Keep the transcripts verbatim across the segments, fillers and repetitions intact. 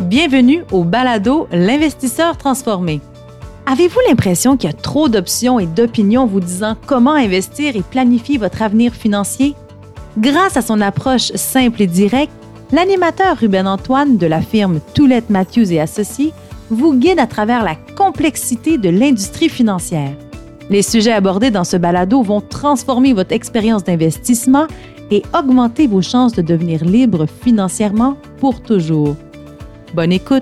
Bienvenue au balado L'investisseur transformé. Avez-vous l'impression qu'il y a trop d'options et d'opinions vous disant comment investir et planifier votre avenir financier? Grâce à son approche simple et directe, l'animateur Ruben Antoine de la firme Toulette Matthews et Associés vous guide à travers la complexité de l'industrie financière. Les sujets abordés dans ce balado vont transformer votre expérience d'investissement et augmenter vos chances de devenir libre financièrement pour toujours. Bonne écoute!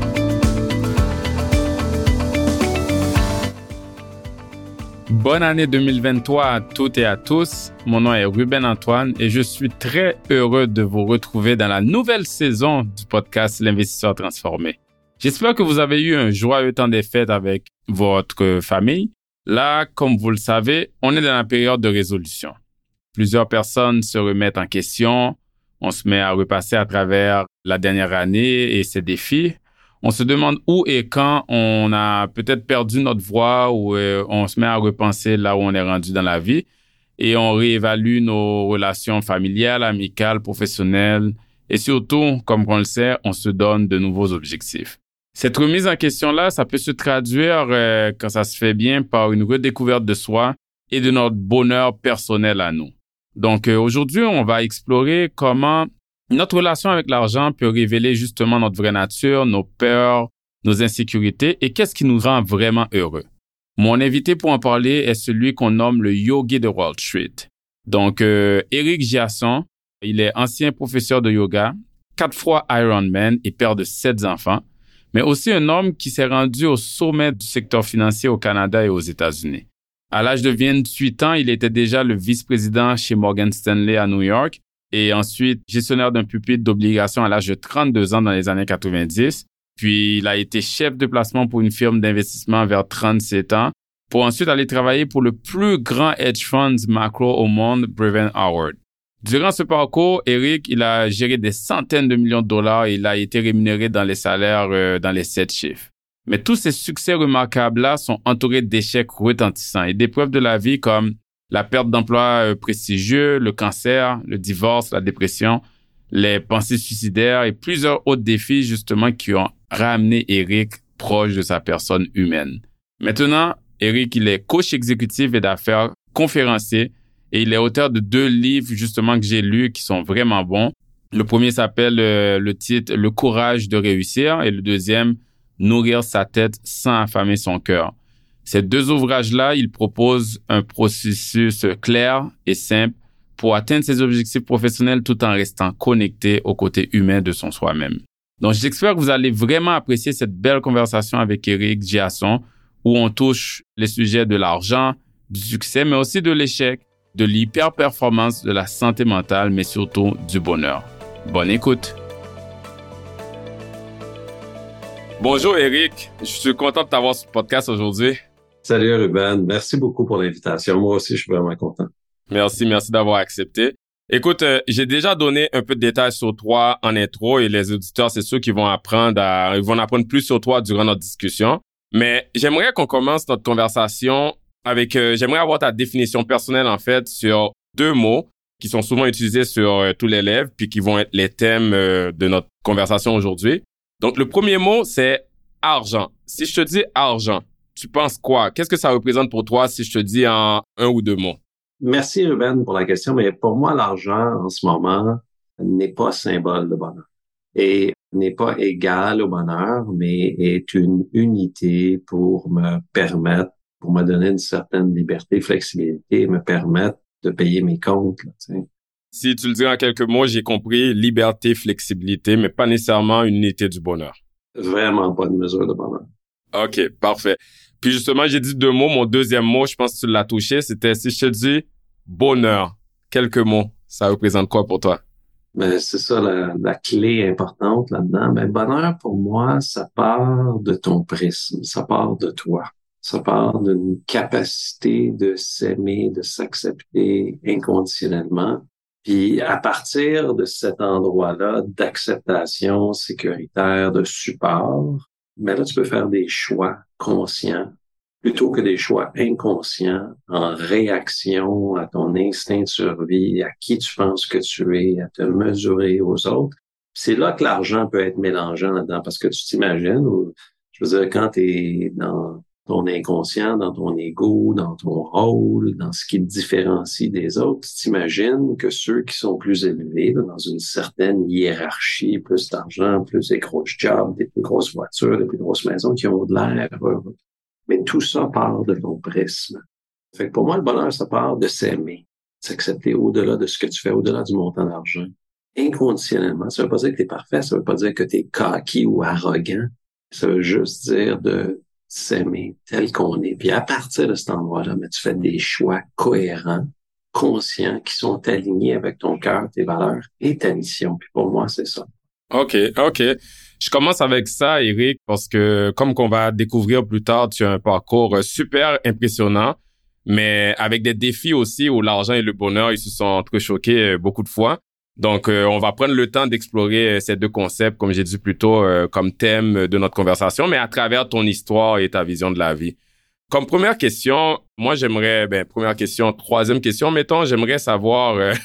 Bonne année deux mille vingt-trois à toutes et à tous. Mon nom est Ruben Antoine et je suis très heureux de vous retrouver dans la nouvelle saison du podcast L'Investisseur transformé. J'espère que vous avez eu un joyeux temps des fêtes avec votre famille. Là, comme vous le savez, on est dans la période de résolution. Plusieurs personnes se remettent en question. On se met à repasser à travers la dernière année et ses défis. On se demande où et quand on a peut-être perdu notre voie ou euh, on se met à repenser là où on est rendu dans la vie et on réévalue nos relations familiales, amicales, professionnelles et surtout, comme on le sait, on se donne de nouveaux objectifs. Cette remise en question-là, ça peut se traduire, euh, quand ça se fait bien, par une redécouverte de soi et de notre bonheur personnel à nous. Donc euh, aujourd'hui, on va explorer comment notre relation avec l'argent peut révéler justement notre vraie nature, nos peurs, nos insécurités et qu'est-ce qui nous rend vraiment heureux. Mon invité pour en parler est celui qu'on nomme le yogi de Wall Street. Donc euh, Éric Giasson, il est ancien professeur de yoga, quatre fois Ironman et père de sept enfants, mais aussi un homme qui s'est rendu au sommet du secteur financier au Canada et aux États-Unis. À l'âge de vingt-huit ans, il était déjà le vice-président chez Morgan Stanley à New York et ensuite gestionnaire d'un pupitre d'obligations à l'âge de trente-deux ans dans les années quatre-vingt-dix. Puis, il a été chef de placement pour une firme d'investissement vers trente-sept ans pour ensuite aller travailler pour le plus grand hedge fund macro au monde, Brevan Howard. Durant ce parcours, Éric, il a géré des centaines de millions de dollars et il a été rémunéré dans les salaires euh, dans les sept chiffres. Mais tous ces succès remarquables-là sont entourés d'échecs retentissants et d'épreuves de la vie comme la perte d'emploi euh, prestigieux, le cancer, le divorce, la dépression, les pensées suicidaires et plusieurs autres défis justement qui ont ramené Éric proche de sa personne humaine. Maintenant, Éric, il est coach exécutif et d'affaires, conférencier et il est auteur de deux livres justement que j'ai lus qui sont vraiment bons. Le premier s'appelle euh, le titre « Le courage de réussir » et le deuxième « Nourrir sa tête sans affamer son cœur ». Ces deux ouvrages-là, ils proposent un processus clair et simple pour atteindre ses objectifs professionnels tout en restant connecté au côté humain de son soi-même. Donc, j'espère que vous allez vraiment apprécier cette belle conversation avec Éric Giasson où on touche les sujets de l'argent, du succès, mais aussi de l'échec, de l'hyper-performance, de la santé mentale, mais surtout du bonheur. Bonne écoute! Bonjour Éric, je suis content de t'avoir sur le podcast aujourd'hui. Salut Ruben, merci beaucoup pour l'invitation. Moi aussi, je suis vraiment content. Merci, merci d'avoir accepté. Écoute, euh, j'ai déjà donné un peu de détails sur toi en intro et les auditeurs, c'est ceux qui vont apprendre à, ils vont apprendre plus sur toi durant notre discussion. Mais j'aimerais qu'on commence notre conversation avec, euh, j'aimerais avoir ta définition personnelle en fait sur deux mots qui sont souvent utilisés sur euh, tous les lèvres puis qui vont être les thèmes euh, de notre conversation aujourd'hui. Donc, le premier mot, c'est argent. Si je te dis argent, tu penses quoi? Qu'est-ce que ça représente pour toi si je te dis en un ou deux mots? Merci Ruben pour la question, mais pour moi, l'argent en ce moment n'est pas symbole de bonheur et n'est pas égal au bonheur, mais est une unité pour me permettre, pour me donner une certaine liberté, flexibilité, me permettre de payer mes comptes. Là, tu sais. Si tu le dis en quelques mots, j'ai compris liberté, flexibilité, mais pas nécessairement une unité du bonheur. Vraiment pas de mesure de bonheur. OK, parfait. Puis justement, j'ai dit deux mots. Mon deuxième mot, je pense que tu l'as touché, c'était si je te dis bonheur. Quelques mots, ça représente quoi pour toi? Ben, c'est ça la, la clé importante là-dedans. Ben, bonheur pour moi, ça part de ton prisme, ça part de toi. Ça part d'une capacité de s'aimer, de s'accepter inconditionnellement. Puis à partir de cet endroit-là d'acceptation sécuritaire, de support, mais là tu peux faire des choix conscients plutôt que des choix inconscients en réaction à ton instinct de survie, à qui tu penses que tu es, à te mesurer aux autres. C'est là que l'argent peut être mélangeant là-dedans, parce que tu t'imagines, ou, je veux dire, quand tu es dans ton inconscient, dans ton ego, dans ton rôle, dans ce qui te différencie des autres, tu t'imagines que ceux qui sont plus élevés, là, dans une certaine hiérarchie, plus d'argent, plus des grosses jobs, des plus grosses voitures, des plus grosses maisons, qui ont de l'air heureux. Mais tout ça part de ton prisme. Fait que pour moi, le bonheur, ça part de s'aimer, s'accepter au-delà de ce que tu fais, au-delà du montant d'argent. Inconditionnellement. Ça veut pas dire que t'es parfait, ça veut pas dire que t'es cocky ou arrogant. Ça veut juste dire de s'aimer tel qu'on est. Puis à partir de cet endroit-là, mais tu fais des choix cohérents, conscients, qui sont alignés avec ton cœur, tes valeurs et ta mission. Puis pour moi, c'est ça. OK, OK. Je commence avec ça, Éric, parce que comme qu'on va découvrir plus tard, tu as un parcours super impressionnant, mais avec des défis aussi où l'argent et le bonheur, ils se sont entrechoqués beaucoup de fois. Donc, euh, on va prendre le temps d'explorer ces deux concepts, comme j'ai dit plus tôt, euh, comme thème de notre conversation, mais à travers ton histoire et ta vision de la vie. Comme première question, moi, j'aimerais, ben, première question, troisième question, mettons, j'aimerais savoir... Euh...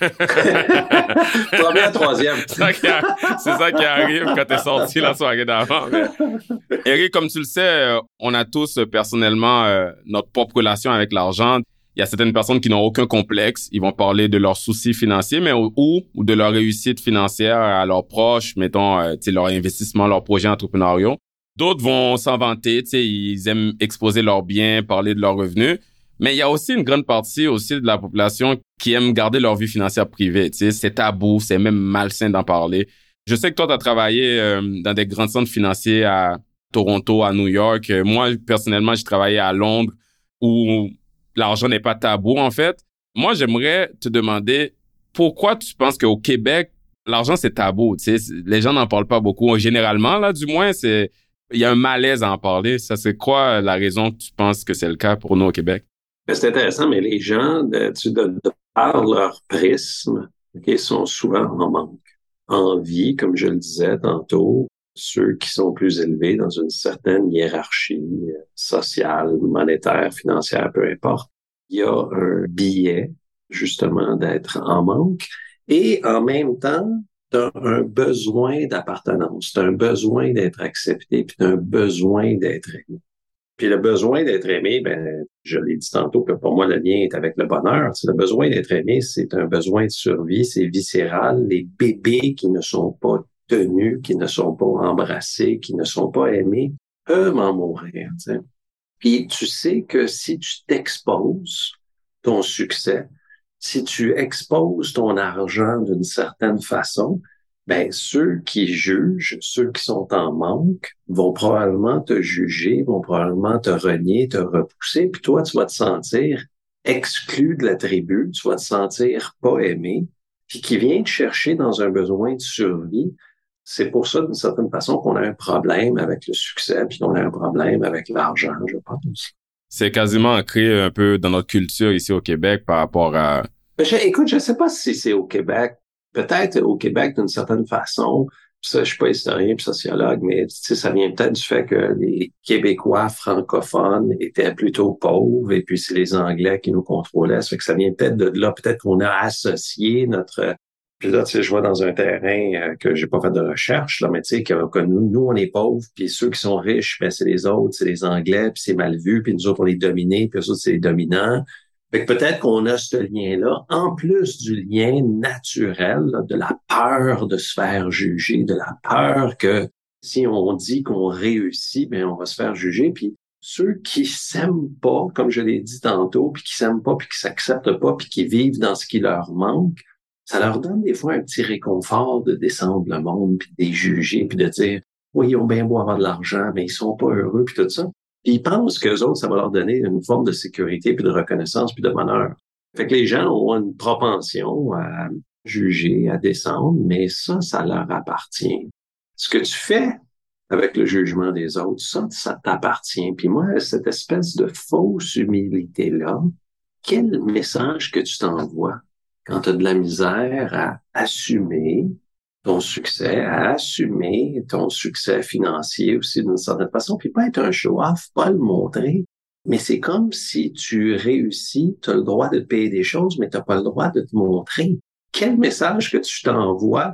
Première, troisième. C'est ça, qui a... c'est ça qui arrive quand t'es sorti la soirée d'avant. Mais... Éric, comme tu le sais, on a tous personnellement euh, notre propre relation avec l'argent. Il y a certaines personnes qui n'ont aucun complexe. Ils vont parler de leurs soucis financiers, mais ou, ou de leur réussite financière à leurs proches, mettons, euh, tu sais, leur investissement, leurs projets entrepreneuriaux. D'autres vont s'en vanter, tu sais, ils aiment exposer leurs biens, parler de leurs revenus. Mais il y a aussi une grande partie aussi de la population qui aime garder leur vie financière privée. Tu sais, c'est tabou, c'est même malsain d'en parler. Je sais que toi, tu as travaillé euh, dans des grands centres financiers à Toronto, à New York. Euh, moi, personnellement, j'ai travaillé à Londres où l'argent n'est pas tabou, en fait. Moi, j'aimerais te demander pourquoi tu penses qu'au Québec, l'argent, c'est tabou, tu sais. Les gens n'en parlent pas beaucoup. Généralement, là, du moins, c'est, il y a un malaise à en parler. Ça, c'est quoi la raison que tu penses que c'est le cas pour nous au Québec? C'est intéressant, mais les gens, de, tu, de, de par leur prisme, okay, sont souvent en manque. En vie, comme je le disais tantôt, ceux qui sont plus élevés dans une certaine hiérarchie sociale, monétaire, financière, peu importe, il y a un biais, justement, d'être en manque. Et en même temps, t'as un besoin d'appartenance, t'as un besoin d'être accepté, puis t'as un besoin d'être aimé. Puis le besoin d'être aimé, ben, je l'ai dit tantôt que pour moi, le lien est avec le bonheur. C'est le besoin d'être aimé, c'est un besoin de survie, c'est viscéral. Les bébés qui ne sont pas tenus, qui ne sont pas embrassés, qui ne sont pas aimés, peuvent en mourir. Tu sais. Puis tu sais que si tu t'exposes ton succès, si tu exposes ton argent d'une certaine façon, ben ceux qui jugent, ceux qui sont en manque, vont probablement te juger, vont probablement te renier, te repousser, puis toi, tu vas te sentir exclu de la tribu, tu vas te sentir pas aimé, puis qui vient te chercher dans un besoin de survie. C'est pour ça, d'une certaine façon, qu'on a un problème avec le succès, puis qu'on a un problème avec l'argent, je pense. C'est quasiment ancré un peu dans notre culture ici au Québec par rapport à... Je, écoute, je sais pas si c'est au Québec. Peut-être au Québec d'une certaine façon. Ça, je suis pas historien puis sociologue, mais tu sais, ça vient peut-être du fait que les Québécois francophones étaient plutôt pauvres et puis c'est les Anglais qui nous contrôlaient. Ça fait que ça vient peut-être de là. Peut-être qu'on a associé notre... Puis là, tu sais, je vois dans un terrain euh, que j'ai pas fait de recherche, là, mais tu sais, que, que nous, nous, on est pauvres, puis ceux qui sont riches, ben c'est les autres, c'est les Anglais, puis c'est mal vu, puis nous autres, on est dominés, puis eux autres, c'est les dominants. Fait que peut-être qu'on a ce lien-là, en plus du lien naturel, là, de la peur de se faire juger, de la peur que si on dit qu'on réussit, ben on va se faire juger. Puis ceux qui s'aiment pas, comme je l'ai dit tantôt, puis qui s'aiment pas, puis qui s'acceptent pas, puis qui vivent dans ce qui leur manque, ça leur donne des fois un petit réconfort de descendre le monde, puis de les juger, puis de dire « Oui, ils ont bien beau avoir de l'argent, mais ils sont pas heureux, puis tout ça. » Puis ils pensent qu'eux autres, ça va leur donner une forme de sécurité, puis de reconnaissance, puis de bonheur. Fait que les gens ont une propension à juger, à descendre, mais ça, ça leur appartient. Ce que tu fais avec le jugement des autres, ça, ça t'appartient. Puis moi, cette espèce de fausse humilité-là, quel message que tu t'envoies quand tu as de la misère à assumer ton succès, à assumer ton succès financier aussi d'une certaine façon, puis pas être un show-off, pas le montrer. Mais c'est comme si tu réussis, tu as le droit de te payer des choses, mais tu n'as pas le droit de te montrer. Quel message que tu t'envoies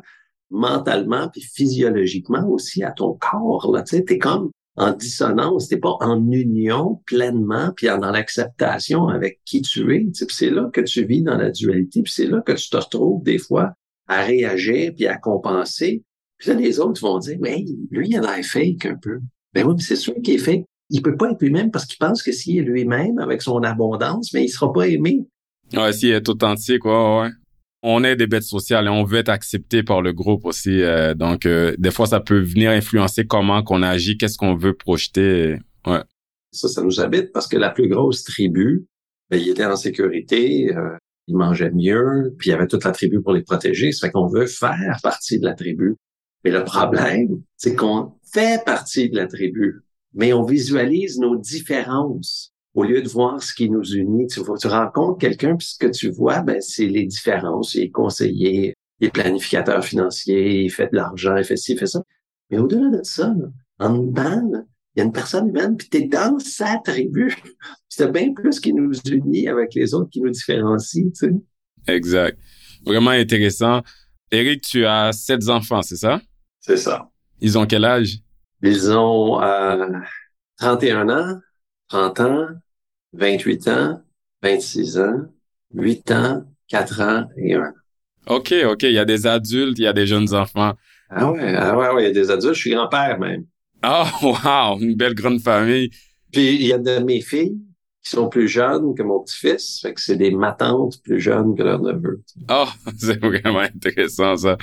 mentalement puis physiologiquement aussi à ton corps. Là, tu sais, t'es comme en dissonance, t'es pas en union pleinement puis dans l'acceptation avec qui tu es. Tu sais, puis c'est là que tu vis dans la dualité, puis c'est là que tu te retrouves des fois à réagir puis à compenser. Puis là, les autres vont dire, mais lui, il a l'air fake un peu. Ben oui, mais c'est sûr qu'il est fake. Il peut pas être lui-même parce qu'il pense que s'il est lui-même avec son abondance, mais il sera pas aimé. Ouais, s'il est authentique, ouais, ouais. On est des bêtes sociales et on veut être accepté par le groupe aussi. Euh, donc, euh, des fois, ça peut venir influencer comment qu'on agit, qu'est-ce qu'on veut projeter. Ouais. Ça, ça nous habite parce que la plus grosse tribu, ben, il était en sécurité, euh, il mangeait mieux, puis il y avait toute la tribu pour les protéger. Ça fait qu'on veut faire partie de la tribu. Mais le problème, c'est qu'on fait partie de la tribu, mais on visualise nos différences. Au lieu de voir ce qui nous unit, tu, tu rencontres quelqu'un, puis ce que tu vois, ben, c'est les différences. Il est conseiller, il est planificateur financier, il fait de l'argent, il fait ci, il fait ça. Mais au-delà de ça, là, en dedans, là, il y a une personne humaine, puis t'es dans sa tribu. C'est bien plus qui nous unit avec les autres, qui nous différencie, tu sais. Exact. Vraiment intéressant. Éric, tu as sept enfants, c'est ça? C'est ça. Ils ont quel âge? Ils ont euh, trente et un ans, trente ans, vingt-huit ans, vingt-six ans, huit ans, quatre ans et un an. OK, OK. Il y a des adultes, il y a des jeunes enfants. Ah ouais, ah ouais, ouais, il y a des adultes. Je suis grand-père même. Ah, oh, wow! Une belle grande famille. Puis, il y a de mes filles qui sont plus jeunes que mon petit-fils. Fait que c'est des matantes plus jeunes que leurs neveux. Oh, c'est vraiment intéressant, ça.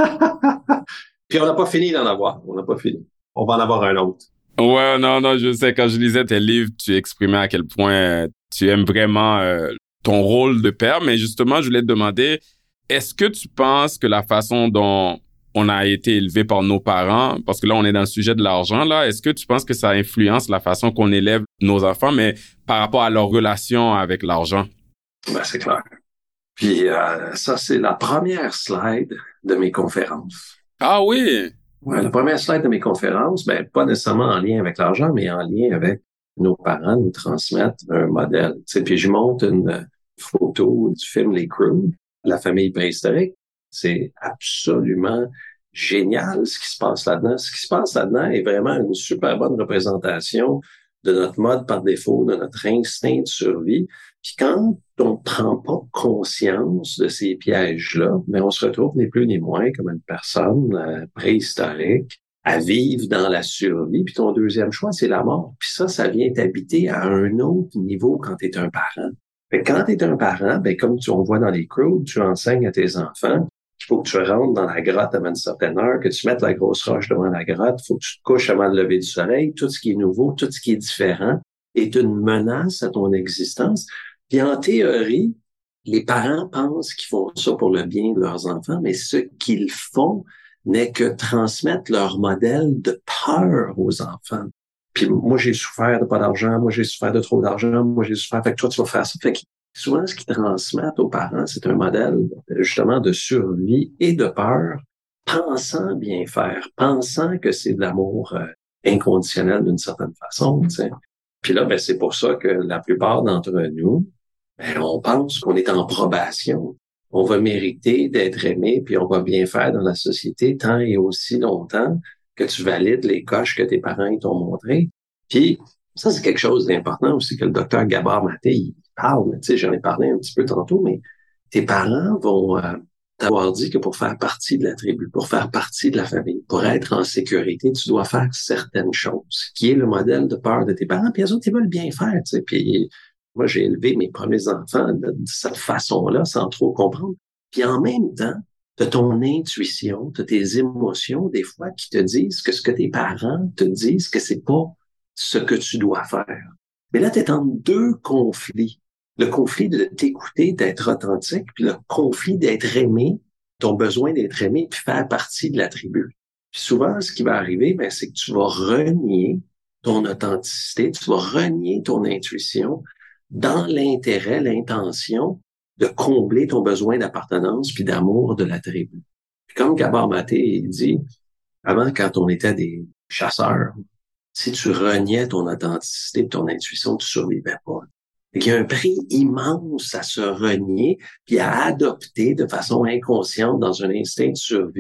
Puis, on n'a pas fini d'en avoir. On n'a pas fini. On va en avoir un autre. Ouais, non, non, je sais, quand je lisais tes livres, tu exprimais à quel point euh, tu aimes vraiment euh, ton rôle de père. Mais justement, je voulais te demander, est-ce que tu penses que la façon dont on a été élevé par nos parents, parce que là, on est dans le sujet de l'argent, là, est-ce que tu penses que ça influence la façon qu'on élève nos enfants, mais par rapport à leur relation avec l'argent? Ben, c'est clair. Puis, euh, ça, c'est la première slide de mes conférences. Ah oui? Ouais, la première slide de mes conférences, ben, pas nécessairement en lien avec l'argent, mais en lien avec nos parents nous transmettent un modèle. Tu sais, puis je monte une photo du film Les Croods, la famille préhistorique. C'est absolument génial ce qui se passe là-dedans. Ce qui se passe là-dedans est vraiment une super bonne représentation de notre mode par défaut, de notre instinct de survie. Puis quand on prend pas conscience de ces pièges-là, mais on se retrouve ni plus ni moins comme une personne euh, préhistorique à vivre dans la survie. Puis ton deuxième choix, c'est la mort. Puis ça, ça vient t'habiter à un autre niveau quand tu es un parent. Fait que quand tu es un parent, ben comme tu, on voit dans les Croods, tu enseignes à tes enfants qu'il faut que tu rentres dans la grotte avant une certaine heure, que tu mettes la grosse roche devant la grotte, il faut que tu te couches avant le lever du soleil. Tout ce qui est nouveau, tout ce qui est différent est une menace à ton existence. Puis en théorie, les parents pensent qu'ils font ça pour le bien de leurs enfants, mais ce qu'ils font n'est que transmettre leur modèle de peur aux enfants. Puis moi, j'ai souffert de pas d'argent, moi, j'ai souffert de trop d'argent, moi, j'ai souffert, fait que toi, tu vas faire ça. Fait que souvent, ce qu'ils transmettent aux parents, c'est un modèle justement de survie et de peur, pensant bien faire, pensant que c'est de l'amour euh, inconditionnel d'une certaine façon, tu sais. Puis là, ben, c'est pour ça que la plupart d'entre nous, ben, on pense qu'on est en probation. On va mériter d'être aimé, puis on va bien faire dans la société tant et aussi longtemps que tu valides les coches que tes parents t'ont montrées. Puis ça, c'est quelque chose d'important aussi que le docteur Gabor Maté, il parle. Tu sais, j'en ai parlé un petit peu tantôt, mais tes parents vont euh, t'avoir dit que pour faire partie de la tribu, pour faire partie de la famille, pour être en sécurité, tu dois faire certaines choses, qui est le modèle de peur de tes parents. Puis eux autres, ils veulent bien faire, tu sais. Puis moi, j'ai élevé mes premiers enfants de, de cette façon-là, sans trop comprendre. Puis en même temps, de ton intuition, de tes émotions, des fois, qui te disent que ce que tes parents te disent que c'est pas ce que tu dois faire. Mais là, tu es en deux conflits. Le conflit de t'écouter, d'être authentique, puis le conflit d'être aimé, ton besoin d'être aimé, puis faire partie de la tribu. Puis souvent, ce qui va arriver, ben, c'est que tu vas renier ton authenticité, tu vas renier ton intuition dans l'intérêt, l'intention de combler ton besoin d'appartenance puis d'amour de la tribu. Puis comme Gabor Maté il dit, avant, quand on était des chasseurs, si tu reniais ton authenticité et ton intuition, tu survivais pas. Il y a un prix immense à se renier puis à adopter de façon inconsciente dans un instinct de survie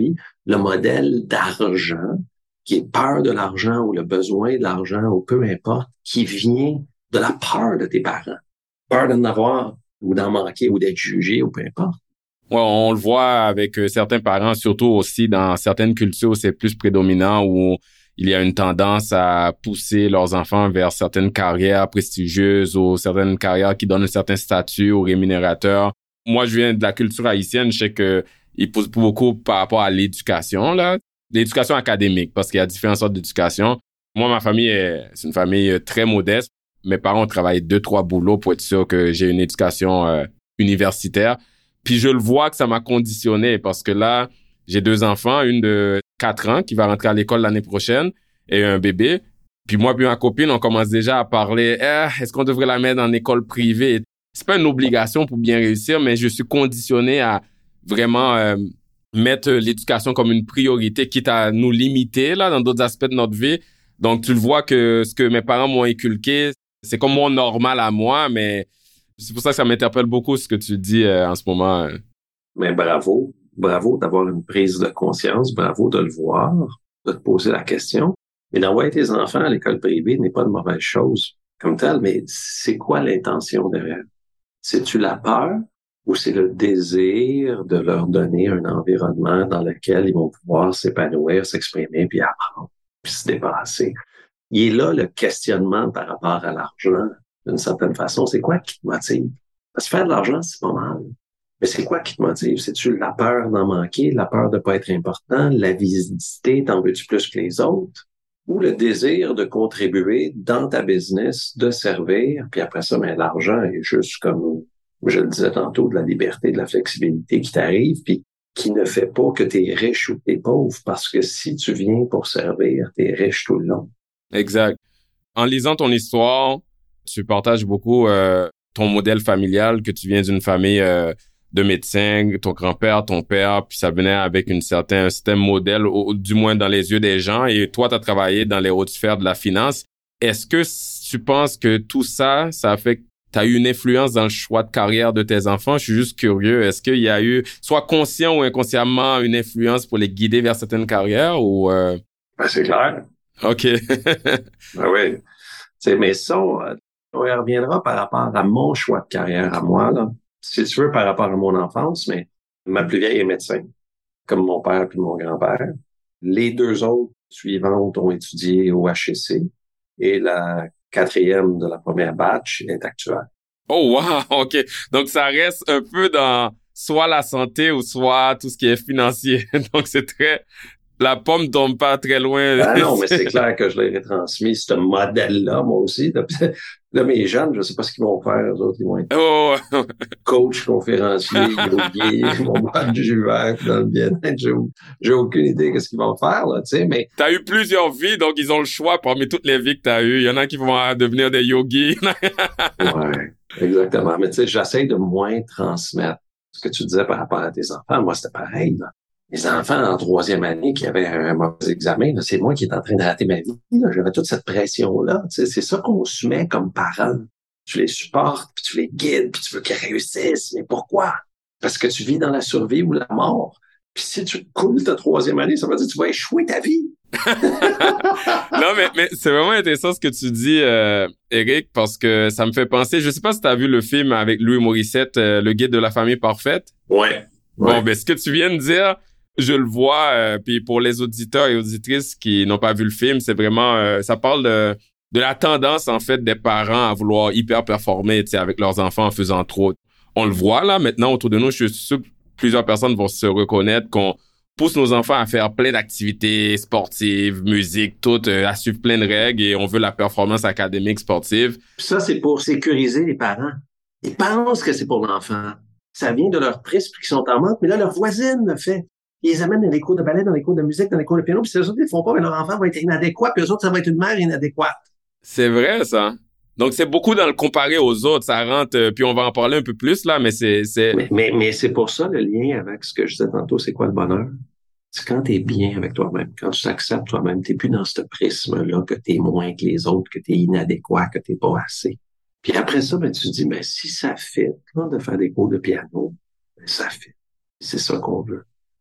le modèle d'argent, qui est peur de l'argent ou le besoin de l'argent ou peu importe, qui vient de la peur de tes parents. Peur d'en avoir ou d'en manquer ou d'être jugé ou peu importe. Ouais, on le voit avec euh, certains parents, surtout aussi dans certaines cultures où c'est plus prédominant, où il y a une tendance à pousser leurs enfants vers certaines carrières prestigieuses ou certaines carrières qui donnent un certain statut aux rémunérateurs. Moi, je viens de la culture haïtienne, je sais que ils poussent beaucoup par rapport à l'éducation, là. L'éducation académique, parce qu'il y a différentes sortes d'éducation. Moi, ma famille, est, c'est une famille très modeste. Mes parents ont travaillé deux, trois boulots pour être sûr que j'ai une éducation euh, universitaire. Puis je le vois que ça m'a conditionné parce que là, j'ai deux enfants, une de quatre ans qui va rentrer à l'école l'année prochaine et un bébé. Puis moi puis ma copine, on commence déjà à parler, eh, est-ce qu'on devrait la mettre en école privée? C'est pas une obligation pour bien réussir, mais je suis conditionné à vraiment euh, mettre l'éducation comme une priorité, quitte à nous limiter là dans d'autres aspects de notre vie. Donc tu le vois que ce que mes parents m'ont inculqué, c'est comme mon normal à moi, mais c'est pour ça que ça m'interpelle beaucoup ce que tu dis euh, en ce moment. Mais bravo, bravo d'avoir une prise de conscience, bravo de le voir, de te poser la question. Mais d'envoyer tes enfants à l'école privée n'est pas de mauvaise chose comme telle, mais c'est quoi l'intention derrière? C'est-tu la peur ou c'est le désir de leur donner un environnement dans lequel ils vont pouvoir s'épanouir, s'exprimer, puis apprendre, puis se dépasser? Il est là le questionnement par rapport à l'argent. D'une certaine façon, c'est quoi qui te motive? Parce que faire de l'argent, c'est pas mal. Mais c'est quoi qui te motive? C'est-tu la peur d'en manquer, la peur de pas être important, la visite, t'en veux-tu plus que les autres? Ou le désir de contribuer dans ta business, de servir, puis après ça, ben, l'argent est juste comme, je le disais tantôt, de la liberté, de la flexibilité qui t'arrive, puis qui ne fait pas que t'es riche ou que t'es pauvre, parce que si tu viens pour servir, t'es riche tout le long. Exact. En lisant ton histoire, tu partages beaucoup euh, ton modèle familial, que tu viens d'une famille euh, de médecins, ton grand-père, ton père, puis ça venait avec une certain, un certain modèle, au, du moins dans les yeux des gens, et toi, tu as travaillé dans les hautes sphères de la finance. Est-ce que tu penses que tout ça, ça a fait que tu as eu une influence dans le choix de carrière de tes enfants? Je suis juste curieux. Est-ce qu'il y a eu, soit conscient ou inconsciemment, une influence pour les guider vers certaines carrières ou... Euh... Ben, c'est clair. OK. Ben oui. C'est, mais ça, on y reviendra par rapport à mon choix de carrière à moi, là. Si tu veux, par rapport à mon enfance, mais ma plus vieille est médecin, comme mon père puis mon grand-père. Les deux autres suivantes ont étudié au H E C et la quatrième de la première batch est actuelle. Oh, wow! OK. Donc, ça reste un peu dans soit la santé ou soit tout ce qui est financier. Donc, c'est très... La pomme tombe pas très loin. Ah non, mais c'est clair que je l'ai retransmis, ce modèle-là, moi aussi. Là, mes jeunes, je sais pas ce qu'ils vont faire, eux autres, ils vont être oh. coach, conférencier, yogi, ils vont boire du jus vert dans le bien-être. J'ai, j'ai aucune idée de ce qu'ils vont faire, là, tu sais, mais... T'as eu plusieurs vies, donc ils ont le choix parmi toutes les vies que t'as eues. Il y en a qui vont devenir des yogis. Ouais, exactement. Mais tu sais, j'essaie de moins transmettre ce que tu disais par rapport à tes enfants. Moi, c'était pareil, là. Les enfants en troisième année qui avaient un mauvais examen, là, c'est moi qui est en train de rater ma vie. Là. J'avais toute cette pression-là. Tu sais, c'est ça qu'on se met comme parents. Tu les supportes, puis tu les guides, puis tu veux qu'ils réussissent. Mais pourquoi? Parce que tu vis dans la survie ou la mort. Puis si tu coules ta troisième année, ça veut dire que tu vas échouer ta vie. Non, mais, mais c'est vraiment intéressant ce que tu dis, euh, Eric, parce que ça me fait penser, je sais pas si tu as vu le film avec Louis Morissette, euh, Le guide de la famille parfaite. Ouais. Bon, ouais. ben ce que tu viens de dire, je le vois, euh, puis pour les auditeurs et auditrices qui n'ont pas vu le film, c'est vraiment, euh, ça parle de, de la tendance, en fait, des parents à vouloir hyper performer, tu sais, avec leurs enfants en faisant trop. On le voit, là, maintenant, autour de nous, je suis sûr que plusieurs personnes vont se reconnaître qu'on pousse nos enfants à faire plein d'activités sportives, musique, tout, euh, à suivre plein de règles et on veut la performance académique sportive. Ça, c'est pour sécuriser les parents. Ils pensent que c'est pour l'enfant. Ça vient de leur prisme qui sont en manque, mais là, leur voisine le fait. Ils les amènent dans les cours de ballet, dans les cours de musique, dans les cours de piano, puis c'est eux autres, ils le font pas, mais leur enfant va être inadéquat, puis eux autres, ça va être une mère inadéquate. C'est vrai, ça. Donc, c'est beaucoup dans le comparer aux autres, ça rentre, euh, puis on va en parler un peu plus, là, mais c'est... c'est... Mais, mais, mais c'est pour ça le lien avec ce que je disais tantôt, c'est quoi le bonheur? C'est quand t'es bien avec toi-même, quand tu t'acceptes toi-même, t'es plus dans ce prisme-là que t'es moins que les autres, que t'es inadéquat, que t'es pas assez. Puis après ça, ben, tu te dis, ben, si ça fait, là, de faire des cours de piano, ben, ça fait. C'est ça qu'on veut.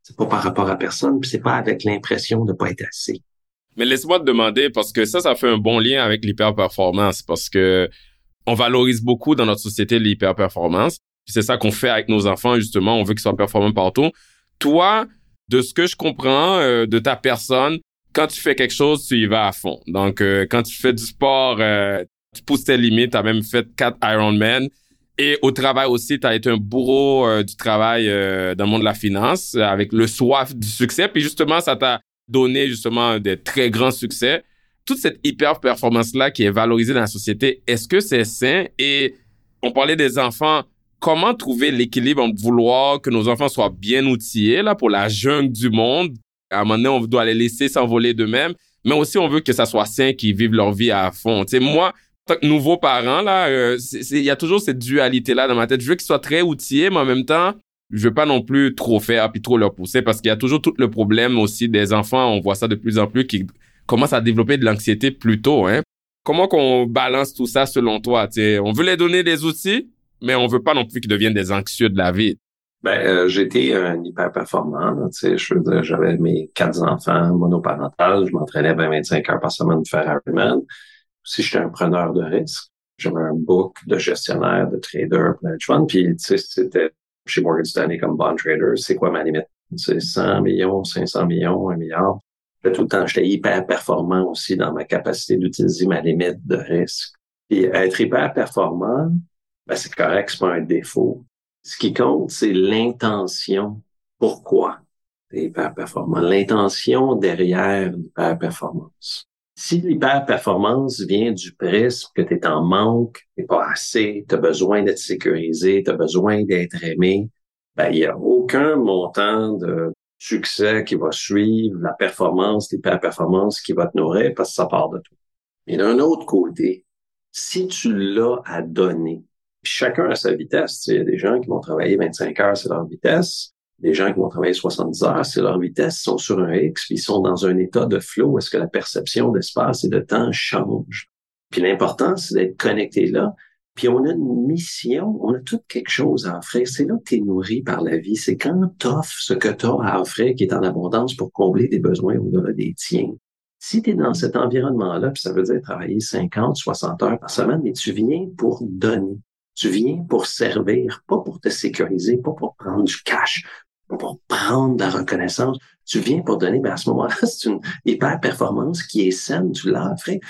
C'est pas par rapport à personne, puis c'est pas avec l'impression de pas être assez. Mais laisse-moi te demander, parce que ça, ça fait un bon lien avec l'hyperperformance, parce que on valorise beaucoup dans notre société l'hyperperformance. Puis c'est ça qu'on fait avec nos enfants, justement. On veut qu'ils soient performants partout. Toi, de ce que je comprends euh, de ta personne, quand tu fais quelque chose, tu y vas à fond. Donc, euh, quand tu fais du sport, euh, tu pousses tes limites. Tu as même fait quatre Ironman. Et au travail aussi, tu as été un bourreau euh, du travail euh, dans le monde de la finance, avec le soif du succès. Puis justement, ça t'a donné justement des très grands succès. Toute cette hyper-performance-là qui est valorisée dans la société, est-ce que c'est sain? Et on parlait des enfants. Comment trouver l'équilibre entre vouloir que nos enfants soient bien outillés là pour la jungle du monde? À un moment donné, on doit les laisser s'envoler d'eux-mêmes, mais aussi on veut que ça soit sain, qu'ils vivent leur vie à fond. Tu sais, moi, en tant que nouveau parent, là, euh, il y a toujours cette dualité-là dans ma tête. Je veux qu'ils soient très outillés, mais en même temps, je veux pas non plus trop faire puis trop leur pousser parce qu'il y a toujours tout le problème aussi des enfants. On voit ça de plus en plus qui commencent à développer de l'anxiété plus tôt, hein. Comment qu'on balance tout ça selon toi? Tu sais, on veut les donner des outils, mais on veut pas non plus qu'ils deviennent des anxieux de la vie. Ben, euh, j'étais un hyper performant, tu sais, je veux dire, j'avais mes quatre enfants monoparentales, je m'entraînais vingt à vingt-cinq heures par semaine pour faire Ironman. Si j'étais un preneur de risque, j'avais un book de gestionnaire, de trader, de hedge fund, puis tu sais, c'était chez Morgan Stanley comme bond trader, c'est quoi ma limite? C'est cent millions, cinq cents millions, un milliard. Tout le temps, j'étais hyper performant aussi dans ma capacité d'utiliser ma limite de risque. Et être hyper performant, ben c'est correct, c'est pas un défaut. Ce qui compte, c'est l'intention. Pourquoi t'es hyper performant? L'intention derrière l'hyper-performance. Si l'hyper-performance vient du prisme que t'es en manque, t'es pas assez, t'as besoin d'être sécurisé, t'as besoin d'être aimé, ben, il y a aucun montant de succès qui va suivre la performance, l'hyper-performance qui va te nourrir parce que ça part de toi. Et d'un autre côté, si tu l'as à donner, puis chacun a sa vitesse. Il y a des gens qui vont travailler vingt-cinq heures, c'est leur vitesse. Des gens qui vont travailler soixante-dix heures, c'est leur vitesse. Ils sont sur un X, puis ils sont dans un état de flow. Est-ce que la perception d'espace et de temps change? Puis l'important, c'est d'être connecté là. Puis on a une mission, on a tout quelque chose à offrir. C'est là que tu es nourri par la vie. C'est quand t'offres ce que tu as à offrir qui est en abondance pour combler des besoins au-delà des tiens. Si tu es dans cet environnement-là, puis ça veut dire travailler cinquante, soixante heures par semaine, mais tu viens pour donner. Tu viens pour servir, pas pour te sécuriser, pas pour prendre du cash, pas pour prendre de la reconnaissance. Tu viens pour donner, mais à ce moment-là, c'est une hyper-performance qui est saine, tu l'as offert.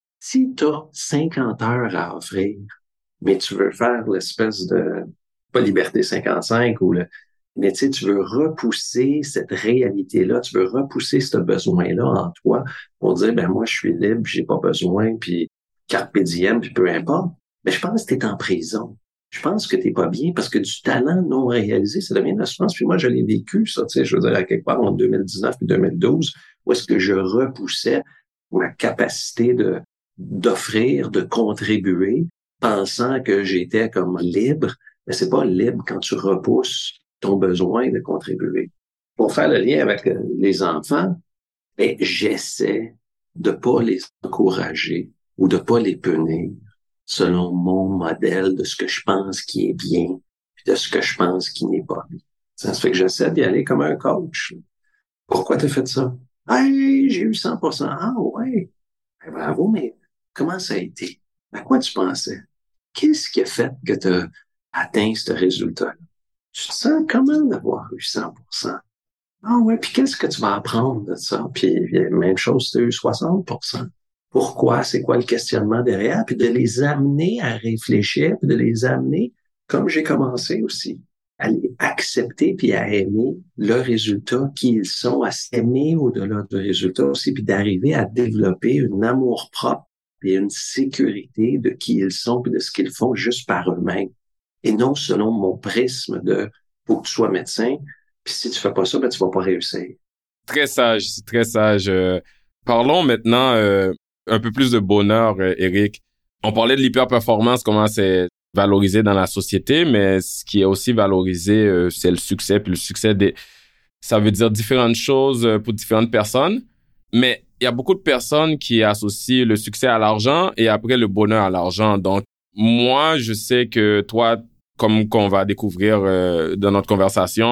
Si tu as cinquante heures à offrir, mais tu veux faire l'espèce de, pas liberté cinquante-cinq, ou le, mais tu sais, tu veux repousser cette réalité-là, tu veux repousser ce besoin-là en toi pour dire, ben moi, je suis libre, j'ai pas besoin, puis carpe diem, puis peu importe. Mais je pense que tu es en prison. Je pense que t'es pas bien parce que du talent non réalisé, ça devient de la souffrance. Puis moi, je l'ai vécu, ça, tu sais, je veux dire, à quelque part, en deux mille dix-neuf et deux mille douze, où est-ce que je repoussais ma capacité de, d'offrir, de contribuer, pensant que j'étais comme libre. Mais c'est pas libre quand tu repousses ton besoin de contribuer. Pour faire le lien avec les enfants, ben, j'essaie de pas les encourager ou de pas les punir selon mon modèle de ce que je pense qui est bien, puis de ce que je pense qui n'est pas bien. Ça fait que j'essaie d'y aller comme un coach. Pourquoi t'as fait ça? Hey, j'ai eu cent pour cent. Ah ouais, ben, bravo, mais comment ça a été? À quoi tu pensais? Qu'est-ce qui a fait que tu as atteint ce résultat-là? Tu te sens comment d'avoir eu cent pour cent? Ah ouais, puis qu'est-ce que tu vas apprendre de ça? Puis même chose, tu as eu soixante pour cent. Pourquoi? C'est quoi le questionnement derrière? Puis de les amener à réfléchir, puis de les amener, comme j'ai commencé aussi, à les accepter puis à aimer le résultat qu'ils sont, à s'aimer au-delà du résultat aussi, puis d'arriver à développer un amour-propre et une sécurité de qui ils sont puis de ce qu'ils font juste par eux-mêmes. Et non selon mon prisme de « faut que tu sois médecin », puis si tu fais pas ça, ben tu vas pas réussir. Très sage, c'est très sage. Euh, parlons maintenant... Euh... un peu plus de bonheur, euh, Éric. On parlait de l'hyperperformance, comment c'est valorisé dans la société, mais ce qui est aussi valorisé, euh, c'est le succès. Puis le succès, des... ça veut dire différentes choses pour différentes personnes. Mais il y a beaucoup de personnes qui associent le succès à l'argent et après le bonheur à l'argent. Donc, moi, je sais que toi, comme qu'on va découvrir euh, dans notre conversation,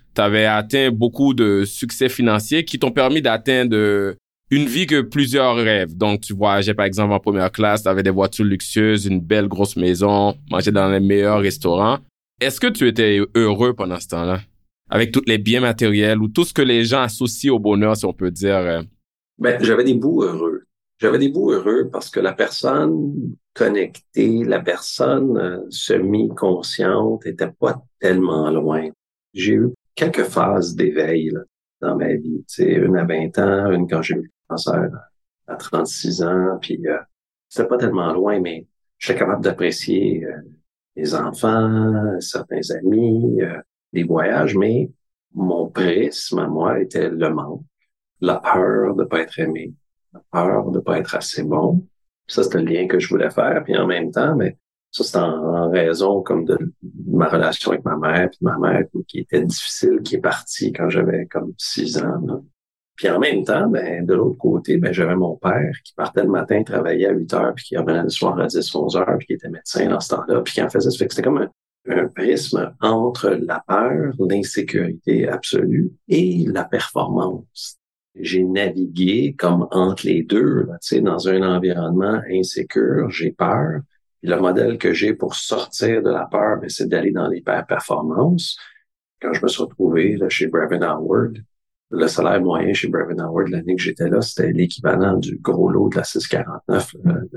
tu avais atteint beaucoup de succès financiers qui t'ont permis d'atteindre une vie que plusieurs rêvent. Donc, tu voyageais, par exemple, en première classe, tu avais des voitures luxueuses, une belle grosse maison, mangeais dans les meilleurs restaurants. Est-ce que tu étais heureux pendant ce temps-là? Avec tous les biens matériels ou tout ce que les gens associent au bonheur, si on peut dire. Ben, j'avais des bouts heureux. J'avais des bouts heureux parce que la personne connectée, la personne euh, semi-consciente était pas tellement loin. J'ai eu quelques phases d'éveil là, dans ma vie. Tu sais, une à vingt ans, une quand j'ai eu le cancer à trente-six ans, puis euh, c'était pas tellement loin, mais j'étais capable d'apprécier euh, les enfants, certains amis, euh, les voyages, mais mon prisme à moi était le manque, la peur de pas être aimé, la peur de pas être assez bon. Ça, c'était le lien que je voulais faire. Puis en même temps, mais ça, c'est en, en raison comme de, de ma relation avec ma mère, puis ma mère qui était difficile, qui est partie quand j'avais comme six ans. Là. Puis en même temps, ben, de l'autre côté, ben, j'avais mon père qui partait le matin, travaillait à huit heures, puis qui revenait le soir à dix, onze heures, puis qui était médecin dans ce temps-là, puis qui en faisait. Ça fait que c'était comme un, un prisme entre la peur, l'insécurité absolue et la performance. J'ai navigué comme entre les deux, là, tu sais, dans un environnement insécure, j'ai peur. Et le modèle que j'ai pour sortir de la peur, ben, c'est d'aller dans l'hyper-performance. Quand je me suis retrouvé là, chez Brevin Howard, le salaire moyen chez Brevin Howard l'année que j'étais là, c'était l'équivalent du gros lot de la six quarante-neuf.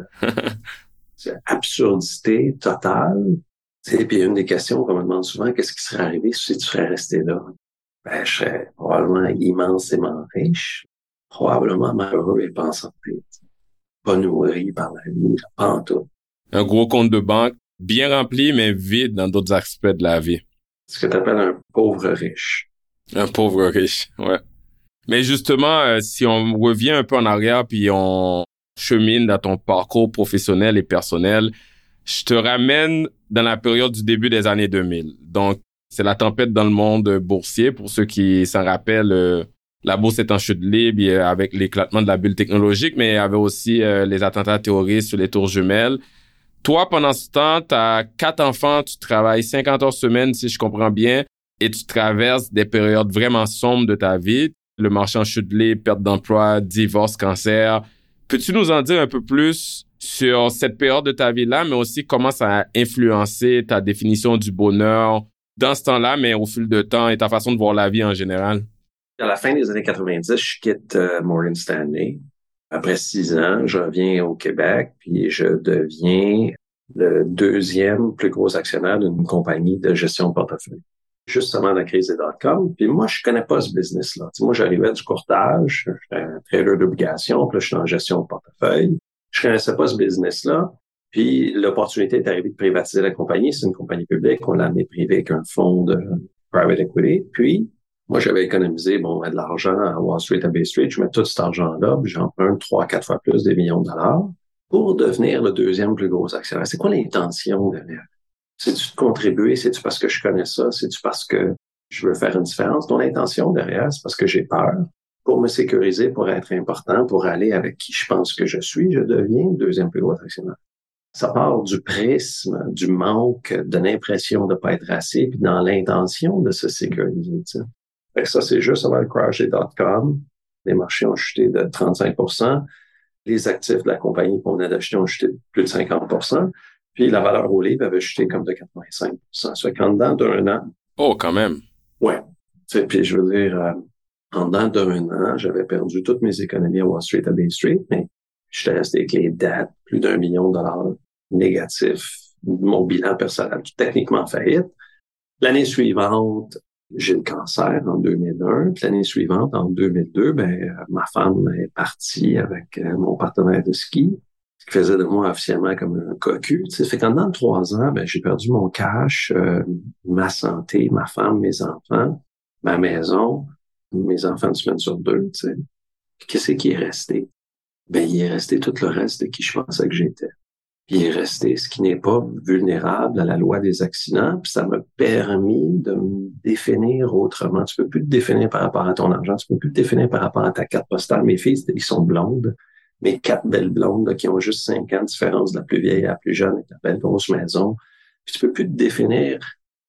C'est absurdité totale. Tu sais, puis une des questions qu'on me demande souvent, qu'est-ce qui serait arrivé si tu serais resté là? Ben, je serais probablement immensément riche, probablement malheureux et pas en santé. Pas nourri par la vie, pas en tout. Un gros compte de banque, bien rempli, mais vide dans d'autres aspects de la vie. Ce que tu appelles un pauvre riche. Un pauvre riche, ouais. Mais justement, euh, si on revient un peu en arrière puis on chemine dans ton parcours professionnel et personnel, je te ramène dans la période du début des années deux mille. Donc, c'est la tempête dans le monde boursier. Pour ceux qui s'en rappellent, euh, la bourse est en chute libre avec l'éclatement de la bulle technologique, mais il y avait aussi euh, les attentats terroristes sur les tours jumelles. Toi, pendant ce temps, tu as quatre enfants, tu travailles cinquante heures semaine, si je comprends bien, et tu traverses des périodes vraiment sombres de ta vie. Le marché en chute libre, perte d'emploi, divorce, cancer. Peux-tu nous en dire un peu plus sur cette période de ta vie-là, mais aussi comment ça a influencé ta définition du bonheur dans ce temps-là, mais au fil de temps et ta façon de voir la vie en général? À la fin des années quatre-vingt-dix, je quitte euh, Morgan Stanley. Après six ans, je reviens au Québec, puis je deviens le deuxième plus gros actionnaire d'une compagnie de gestion de portefeuille. Juste avant la crise des dot-com. Puis moi, je connais pas ce business-là. Tu sais, moi, j'arrivais du courtage, j'étais un trader d'obligations, puis là, je suis en gestion de portefeuille. Je connaissais pas ce business-là. Puis l'opportunité est arrivée de privatiser la compagnie. C'est une compagnie publique. On l'a amenée privée avec un fonds de private equity. Puis, moi, j'avais économisé, bon, de l'argent à Wall Street, à Bay Street. Je mets tout cet argent-là, puis j'emprunte trois, quatre fois plus des millions de dollars pour devenir le deuxième plus gros actionnaire. C'est quoi l'intention derrière? C'est-tu de contribuer? C'est-tu parce que je connais ça? C'est-tu parce que je veux faire une différence? Ton intention derrière, c'est parce que j'ai peur. Pour me sécuriser, pour être important, pour aller avec qui je pense que je suis, je deviens le deuxième plus gros actionnaire. Ça part du prisme, du manque, de l'impression de pas être assez, puis dans l'intention de se sécuriser. Tu sais. Fait que ça, c'est juste avant le crash des dot-com. Les marchés ont chuté de trente-cinq pour cent. Les actifs de la compagnie qu'on venait d'acheter ont chuté de plus de cinquante pour cent. Puis la valeur au livre avait chuté comme de quatre-vingt-cinq pour cent. Ça fait qu'en dedans d'un an... Oh, quand même! Ouais. Tu sais, puis je veux dire, euh, en dedans d'un an, j'avais perdu toutes mes économies à Wall Street, à Bay Street, mais j'étais resté avec les dettes, plus d'un million de dollars négatifs, mon bilan personnel techniquement faillite. L'année suivante, j'ai le cancer en deux mille un. Puis l'année suivante, en deux mille deux, ben ma femme est partie avec euh, mon partenaire de ski, ce qui faisait de moi officiellement comme un cocu. Tu sais, fait qu'en dedans de trois ans, ben j'ai perdu mon cash, euh, ma santé, ma femme, mes enfants, ma maison, mes enfants une semaine sur deux. Tu sais, qu'est-ce qui est resté? Ben il est resté tout le reste de qui je pensais que j'étais. Puis il est resté ce qui n'est pas vulnérable à la loi des accidents. Puis ça m'a permis de me définir autrement. Tu peux plus te définir par rapport à ton argent. Tu peux plus te définir par rapport à ta carte postale. Mes filles, ils sont blondes. Mes quatre belles blondes là, qui ont juste cinq ans de différence, de la plus vieille à la plus jeune, avec la belle grosse maison. Puis tu peux plus te définir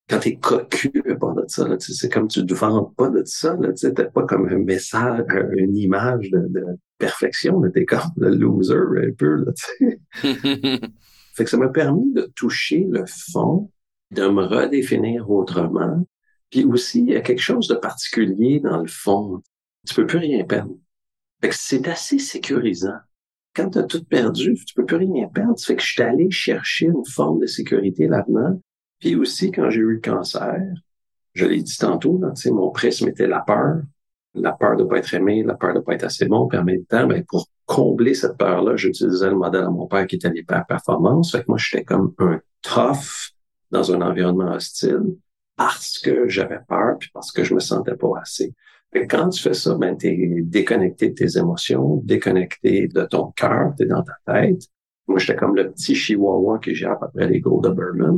quand t'es cocu à part de ça, là, tu sais, c'est comme tu te vends pas de ça, là, tu sais, t'as pas comme un message, une image de, de perfection, là, t'es comme le loser un peu, là, tu sais. Fait que ça m'a permis de toucher le fond, de me redéfinir autrement. Puis aussi, il y a quelque chose de particulier dans le fond. Tu peux plus rien perdre. Fait que c'est assez sécurisant. Quand tu as tout perdu, tu peux plus rien perdre. Ça fait que je suis allé chercher une forme de sécurité là-dedans. Puis aussi, quand j'ai eu le cancer, je l'ai dit tantôt, là, tu sais, mon prisme était la peur. La peur de pas être aimé, la peur de pas être assez bon. Puis en même temps, ben, pour combler cette peur-là, j'utilisais le modèle à mon père qui était l'hyper-performance. Fait que moi, j'étais comme un tough dans un environnement hostile parce que j'avais peur puis parce que je me sentais pas assez. Fait que quand tu fais ça, ben, t'es déconnecté de tes émotions, déconnecté de ton cœur, t'es dans ta tête. Moi, j'étais comme le petit chihuahua qui gère après les gros Doberman.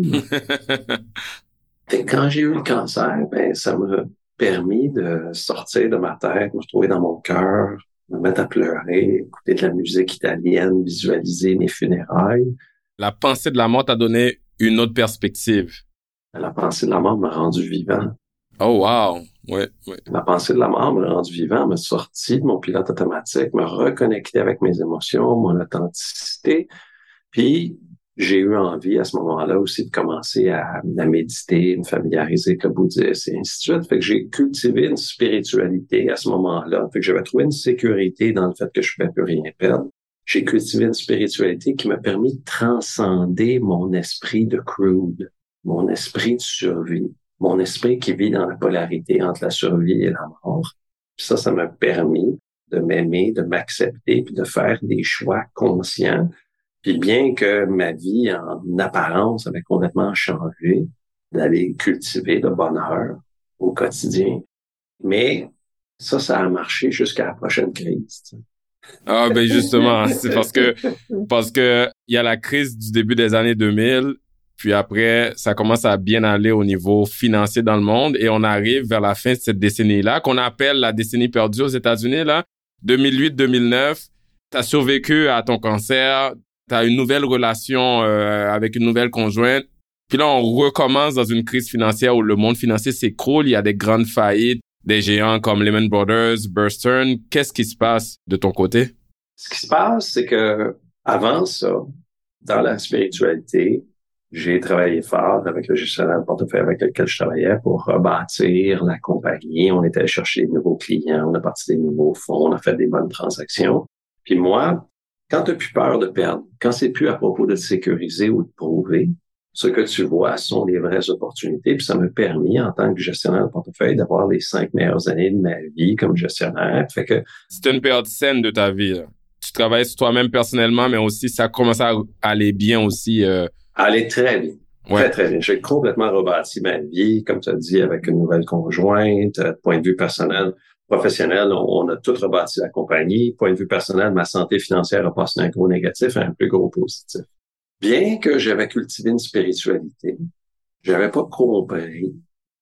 Fait que quand j'ai eu le cancer, ben, ça m'a permis de sortir de ma tête, me retrouver dans mon cœur, me mettre à pleurer, écouter de la musique italienne, visualiser mes funérailles. La pensée de la mort t'a donné une autre perspective. La pensée de la mort m'a rendu vivant. Oh wow! Ouais, ouais. La pensée de la mort m'a rendu vivant, m'a sorti de mon pilote automatique, m'a reconnecté avec mes émotions, mon authenticité. Puis, j'ai eu envie à ce moment-là aussi de commencer à, à méditer, me familiariser avec le bouddhisme et ainsi de suite. Fait que j'ai cultivé une spiritualité à ce moment-là. Fait que j'avais trouvé une sécurité dans le fait que je ne pouvais plus rien perdre. J'ai cultivé une spiritualité qui m'a permis de transcender mon esprit de crude, mon esprit de survie, mon esprit qui vit dans la polarité entre la survie et la mort. Puis ça, ça m'a permis de m'aimer, de m'accepter, puis de faire des choix conscients. Puis bien que ma vie, en apparence, avait complètement changé, d'aller cultiver le bonheur au quotidien. Mais ça, ça a marché jusqu'à la prochaine crise. Tu sais. Ah ben justement, c'est parce que parce que il y a la crise du début des années deux mille, puis après, ça commence à bien aller au niveau financier dans le monde et on arrive vers la fin de cette décennie-là, qu'on appelle la décennie perdue aux États-Unis, là, deux mille huit deux mille neuf. T'as survécu à ton cancer, t'as une nouvelle relation euh, avec une nouvelle conjointe. Puis là, on recommence dans une crise financière où le monde financier s'écroule. Il y a des grandes faillites, des géants comme Lehman Brothers, Bear Stearns. Qu'est-ce qui se passe de ton côté? Ce qui se passe, c'est que avant ça, dans la spiritualité, j'ai travaillé fort avec le gestionnaire de portefeuille avec lequel je travaillais pour rebâtir la compagnie. On était allé chercher des nouveaux clients, on a parti des nouveaux fonds, on a fait des bonnes transactions. Puis moi, quand tu n'as plus peur de perdre, quand c'est plus à propos de te sécuriser ou de prouver, ce que tu vois sont des vraies opportunités. Puis ça m'a permis, en tant que gestionnaire de portefeuille, d'avoir les cinq meilleures années de ma vie comme gestionnaire. Fait que c'était une période saine de ta vie, là. Tu travaillais sur toi-même personnellement, mais aussi ça commençait à aller bien aussi. Euh... Aller très bien. Ouais. Très, très bien. J'ai complètement rebâti ma vie, comme tu as dit, avec une nouvelle conjointe, point de vue personnel. Professionnel, on, on a tout rebâti la compagnie. Point de vue personnel, ma santé financière a passé d'un gros négatif à un plus gros positif. Bien que j'avais cultivé une spiritualité, j'avais pas compris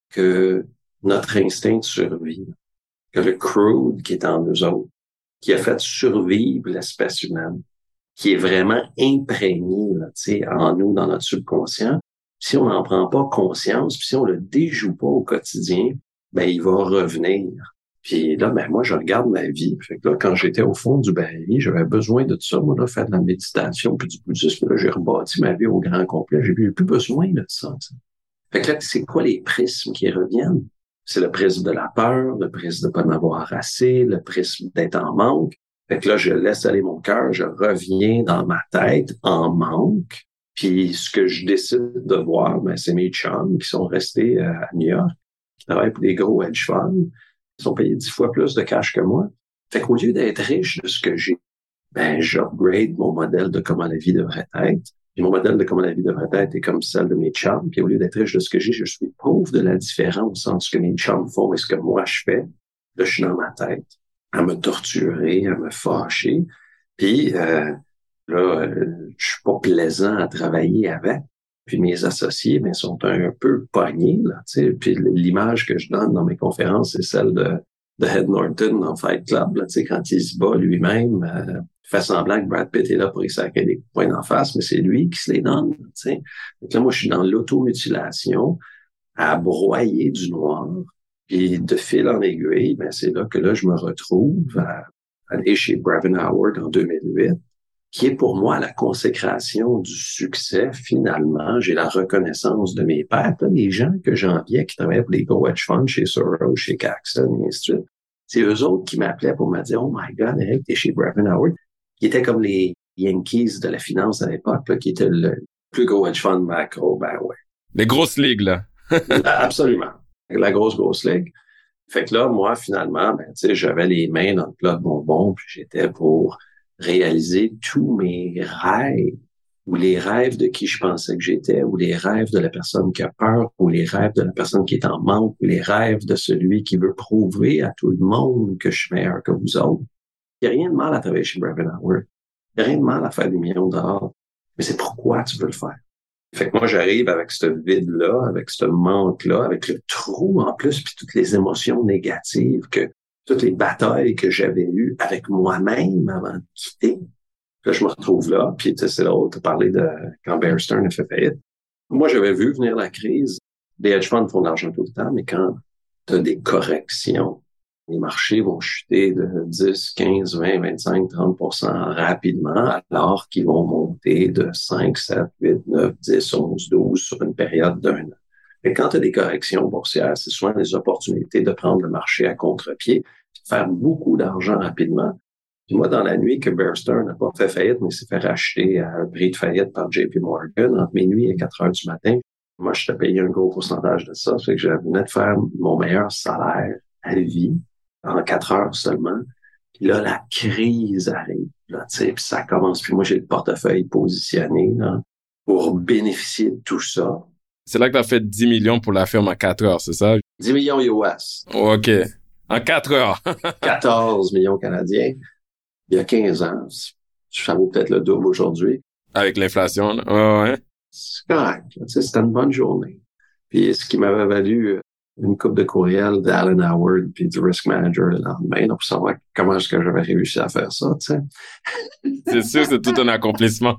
que notre instinct de survie, que le crude qui est en nous autres, qui a fait survivre l'espèce humaine, qui est vraiment imprégné là, tu sais, en nous, dans notre subconscient, si on n'en prend pas conscience, puis si on le déjoue pas au quotidien, ben il va revenir. Puis là, ben moi, je regarde ma vie. Fait que là, quand j'étais au fond du baril, j'avais besoin de tout ça. Moi, là, faire de la méditation puis du bouddhisme. Là, j'ai rebâti ma vie au grand complet. J'ai plus, plus besoin de ça. T'sais. Fait que là, c'est quoi les prismes qui reviennent? C'est le prisme de la peur, le prisme de pas en avoir assez, le prisme d'être en manque. Fait que là, je laisse aller mon cœur, je reviens dans ma tête en manque. Puis ce que je décide de voir, ben, c'est mes chums qui sont restés euh, à New York, qui travaillent pour des gros hedge funds. Ils sont payés dix fois plus de cash que moi. Fait qu'au lieu d'être riche de ce que j'ai, ben, j'upgrade mon modèle de comment la vie devrait être. Puis mon modèle de comment la vie devrait être est comme celle de mes chums. Puis au lieu d'être riche de ce que j'ai, je suis pauvre de la différence entre ce que mes chums font et ce que moi je fais. Là, je suis dans ma tête, à me torturer, à me fâcher. Puis euh, là, euh, je suis pas plaisant à travailler avec. Puis mes associés, ben, sont un peu pognés, là, tu sais. Puis l'image que je donne dans mes conférences, c'est celle de, de Ed Norton dans Fight Club, là, tu sais, quand il se bat lui-même, euh, fait semblant que Brad Pitt est là pour y sacrer des points d'en face, mais c'est lui qui se les donne, tu sais. Donc là, moi, je suis dans l'automutilation. à broyer du noir. Puis de fil en aiguille, ben c'est là que là, je me retrouve à aller chez Brevin Howard en deux mille huit, qui est pour moi la consécration du succès. Finalement, j'ai la reconnaissance de mes pairs, les gens que j'enviais qui travaillaient pour les Go Hedge Funds chez Soros, chez Caxton, et ainsi de suite. C'est eux autres qui m'appelaient pour me dire « Oh my God, Eric, t'es chez Brevin Howard », qui était comme les Yankees de la finance à l'époque, là, qui était le plus gros hedge fund macro, ben ouais. Les grosses ligues, là. Absolument. La grosse, grosse ligue. Fait que là, moi, finalement, ben, tu sais, j'avais les mains dans le plat de bonbons, puis j'étais pour réaliser tous mes rêves, ou les rêves de qui je pensais que j'étais, ou les rêves de la personne qui a peur, ou les rêves de la personne qui est en manque, ou les rêves de celui qui veut prouver à tout le monde que je suis meilleur que vous autres. Il n'y a rien de mal à travailler chez Brevin Howard. Il n'y a rien de mal à faire des millions de dollars. Mais c'est pourquoi tu veux le faire. Fait que moi, j'arrive avec ce vide-là, avec ce manque-là, avec le trou en plus, puis toutes les émotions négatives, que toutes les batailles que j'avais eues avec moi-même avant de quitter. Là, je me retrouve là, puis tu sais, c'est là où tu as parlé de quand Bear Stearns a fait faillite. Moi, j'avais vu venir la crise. Les hedge funds font de l'argent tout le temps, mais quand tu as des corrections, les marchés vont chuter de dix, quinze, vingt, vingt-cinq, trente pour cent rapidement, alors qu'ils vont monter de cinq, sept, huit, neuf, dix, onze, douze sur une période d'un an. Et quand tu as des corrections boursières, c'est souvent des opportunités de prendre le marché à contre-pied, de faire beaucoup d'argent rapidement. Puis moi, dans la nuit que Bear Stearns n'a pas fait faillite, mais s'est fait racheter à un prix de faillite par J P Morgan, entre minuit et quatre heures du matin, moi, je t'ai payé un gros pourcentage de ça. Ça fait que je venais de faire mon meilleur salaire à vie en quatre heures seulement. Puis là, la crise arrive, là, tu sais, puis ça commence. Puis moi, j'ai le portefeuille positionné, là, pour bénéficier de tout ça. C'est là que tu as fait dix millions pour la firme en quatre heures, c'est ça? dix millions U S. OK. En quatre heures. quatorze millions canadiens. Il y a quinze ans. Ça vaut peut-être le double aujourd'hui. Avec l'inflation, là. Ouais, ouais. C'est correct. Tu sais, c'était une bonne journée. Puis ce qui m'avait valu une coupe de courriel d'Alan Howard puis du risk manager le lendemain là, pour savoir comment est-ce que j'avais réussi à faire ça, tu sais. C'est sûr, c'est tout un accomplissement.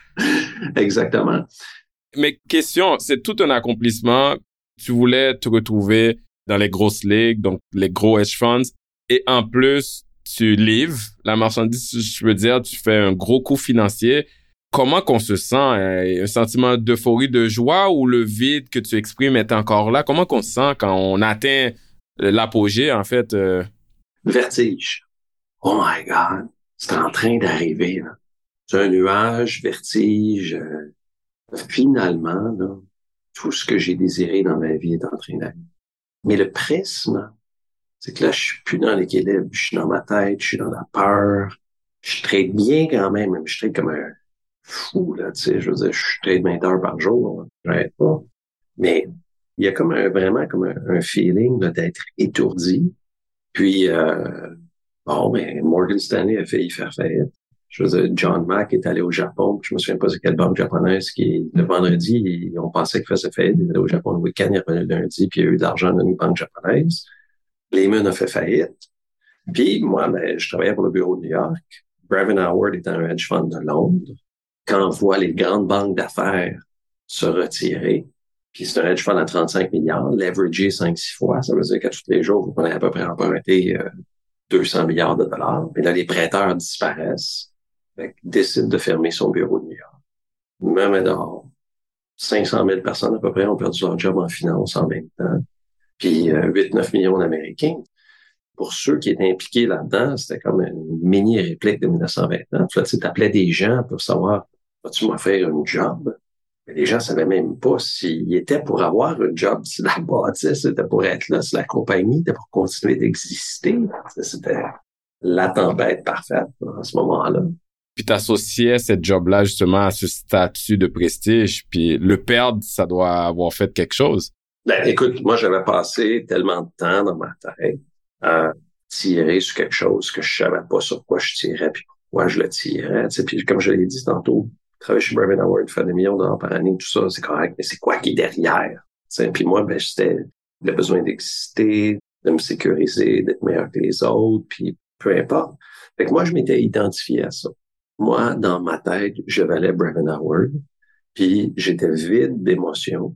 Exactement. Mais question, c'est tout un accomplissement. Tu voulais te retrouver dans les grosses ligues, donc les gros hedge funds, et en plus, tu livres la marchandise, je veux dire, tu fais un gros coup financier. Comment qu'on se sent? Un sentiment d'euphorie, de joie, ou le vide que tu exprimes est encore là? Comment qu'on se sent quand on atteint l'apogée, en fait? Euh... Vertige. Oh my God! C'est en train d'arriver, là. C'est un nuage, vertige. Euh, finalement, là, tout ce que j'ai désiré dans ma vie est en train d'arriver. Mais le prisme, c'est que là, je suis plus dans l'équilibre. Je suis dans ma tête, je suis dans la peur. Je trade bien quand même, mais je trade comme un fou, là, tu sais, je veux dire, je trade vingt heures par jour, là, je n'arrête pas. Mais il y a comme un, vraiment comme un, un feeling là, d'être étourdi. Puis, euh, bon, ben, Morgan Stanley a failli faire faillite. Je veux dire, John Mack est allé au Japon, je me souviens pas c'est quelle banque japonaise qui, le vendredi, ils, on pensait qu'il faisait faillite, il est allé au Japon le week-end, il est revenu le lundi, puis il y a eu de l'argent dans une banque japonaise. Lehman a fait faillite. Puis, moi, ben, je travaillais pour le bureau de New York. Brevin Howard est un hedge fund de Londres. Quand on voit les grandes banques d'affaires se retirer, puis c'est un hedge fund à trente-cinq milliards, leveragé cinq six fois, ça veut dire qu'à tous les jours, vous prenez à peu près emprunter euh, deux cents milliards de dollars. Et là, les prêteurs disparaissent, fait, décident de fermer son bureau de New York. Même dehors, cinq cent mille personnes à peu près ont perdu leur job en finance en même temps, puis euh, huit neuf millions d'Américains. Pour ceux qui étaient impliqués là-dedans, c'était comme une mini-réplique de dix-neuf cent vingt-neuf. Là, tu appelais des gens pour savoir, vas-tu m'offrir une job? Mais les gens savaient même pas s'ils étaient pour avoir une job, si la bâtisse était pour être là, si la compagnie était pour continuer d'exister. C'était la tempête parfaite à ce moment-là. Puis t'associais cette job-là justement à ce statut de prestige, puis le perdre, ça doit avoir fait quelque chose. Ben, écoute, moi, j'avais passé tellement de temps dans ma tête à tirer sur quelque chose que je savais pas sur quoi je tirais puis pourquoi je le tirais. Tu sais, puis comme je l'ai dit tantôt, travailler chez Brevin Howard, faire des millions de dollars par année, tout ça, c'est correct, mais c'est quoi qui est derrière? Tu sais, puis moi, ben, c'était le besoin d'exister, de me sécuriser, d'être meilleur que les autres, puis peu importe. Fait que moi, je m'étais identifié à ça. Moi, dans ma tête, je valais Brevin Howard, puis j'étais vide d'émotions.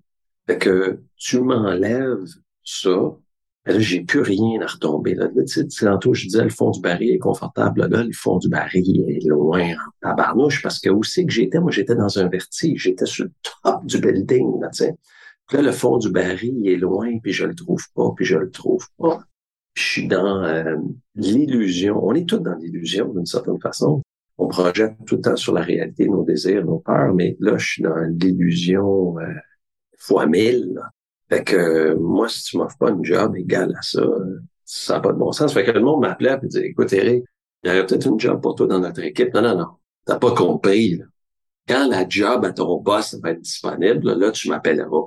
Fait que tu m'enlèves ça, et là, j'ai plus rien à retomber. Là, là tu sais, tantôt, je disais, le fond du baril est confortable. Là, le fond du baril est loin en tabarnouche parce que où c'est que j'étais? Moi, j'étais dans un vertige. J'étais sur le top du building, là, tu sais. Puis là, le fond du baril est loin, puis je le trouve pas, puis je le trouve pas. Puis je suis dans euh, l'illusion. On est tous dans l'illusion, d'une certaine façon. On projette tout le temps sur la réalité, nos désirs, nos peurs, mais là, je suis dans l'illusion euh, fois mille, là. Fait que euh, moi, si tu m'offres pas une job égale à ça, euh, ça n'a pas de bon sens. Fait que le monde m'appelait et disait, écoute, Eric, il y aurait peut-être une job pour toi dans notre équipe. Non, non, non. T'as pas compris, là. Quand la job à ton boss va être disponible, là, là tu m'appelleras.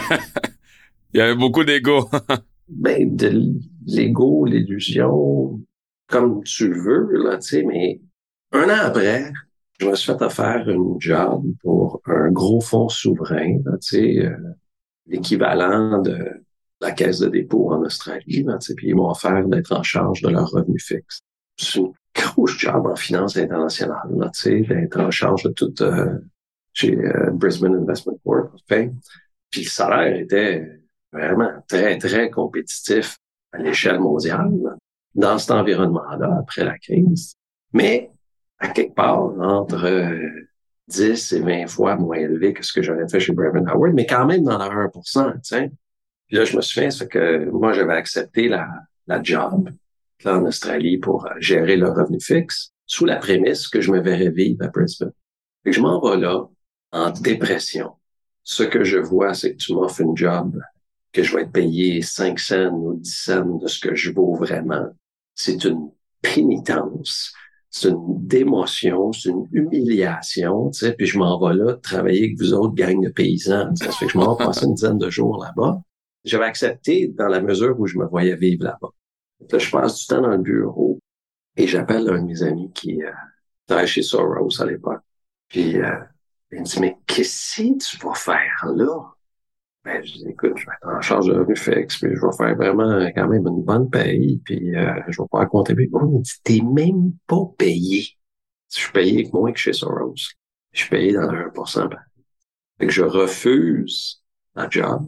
Il y avait beaucoup d'ego. Ben, de l'ego, l'illusion, comme tu le veux, là, tu sais, mais un an après, je me suis fait offrir une job pour un gros fonds souverain, là, tu sais, euh, l'équivalent de la caisse de dépôt en Australie, là, tu sais, puis ils m'ont offert d'être en charge de leur revenu fixe. C'est une grosse job en finance internationale, là, tu sais, d'être en charge de tout euh, chez euh, Brisbane Investment Corp. Fait. Puis le salaire était vraiment très, très compétitif à l'échelle mondiale, là, dans cet environnement-là, après la crise. Mais, à quelque part, entre euh, dix et vingt fois moins élevé que ce que j'avais fait chez Brevin Howard, mais quand même dans le un pour cent, tu sais. Puis là, je me suis fait, ça fait que moi, j'avais accepté la, la job là, en Australie pour gérer le revenu fixe sous la prémisse que je me verrais vivre à Brisbane. Fait que je m'en vais là, en dépression. Ce que je vois, c'est que tu m'offres une job que je vais être payé cinq cents ou dix cents de ce que je vaux vraiment. C'est une pénitence. C'est une démotion, c'est une humiliation, tu sais, puis je m'en vais là travailler avec vous autres, gang de paysans. Ça fait que je m'en vais passer une dizaine de jours là-bas. J'avais accepté dans la mesure où je me voyais vivre là-bas. Là, je passe du temps dans le bureau et j'appelle un de mes amis qui euh, travaille chez Soros à l'époque. Puis euh, il me dit, mais qu'est-ce que tu vas faire là? Ben, je dis, écoute, je vais être en charge de revenu fixe, puis je vais faire vraiment quand même une bonne paye, puis euh, je vais pouvoir compter. Puis, oh, il me dit, t'es même pas payé. Je suis payé moins que chez Soros. Je suis payé dans le un pour cent. Fait que je refuse la job,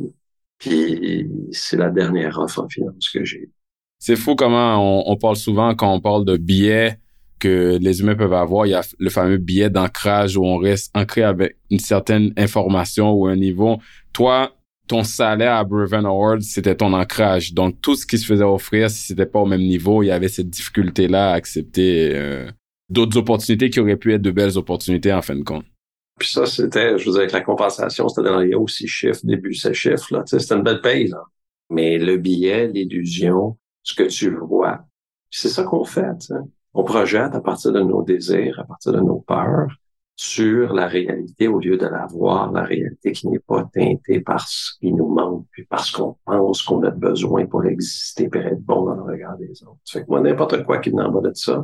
puis c'est la dernière offre en finance que j'ai. C'est fou comment on, on parle souvent, quand on parle de biais que les humains peuvent avoir, il y a le fameux biais d'ancrage où on reste ancré avec une certaine information ou un niveau. Toi, ton salaire à Brevin Howard, c'était ton ancrage. Donc, tout ce qui se faisait offrir, si c'était pas au même niveau, il y avait cette difficulté-là à accepter euh, d'autres opportunités qui auraient pu être de belles opportunités en fin de compte. Puis ça, c'était, je vous disais, avec la compensation, c'était dans les hauts six chiffres, début six chiffres, là. Tu sais, c'était une belle paye, là. Mais le billet, l'illusion, ce que tu vois, c'est ça qu'on fait, tu sais. On projette à partir de nos désirs, à partir de nos peurs, sur la réalité au lieu de la voir, la réalité qui n'est pas teintée par ce qui nous manque, puis parce qu'on pense qu'on a besoin pour exister, pour être bon dans le regard des autres. Ça fait que moi, n'importe quoi qui venait en bas de ça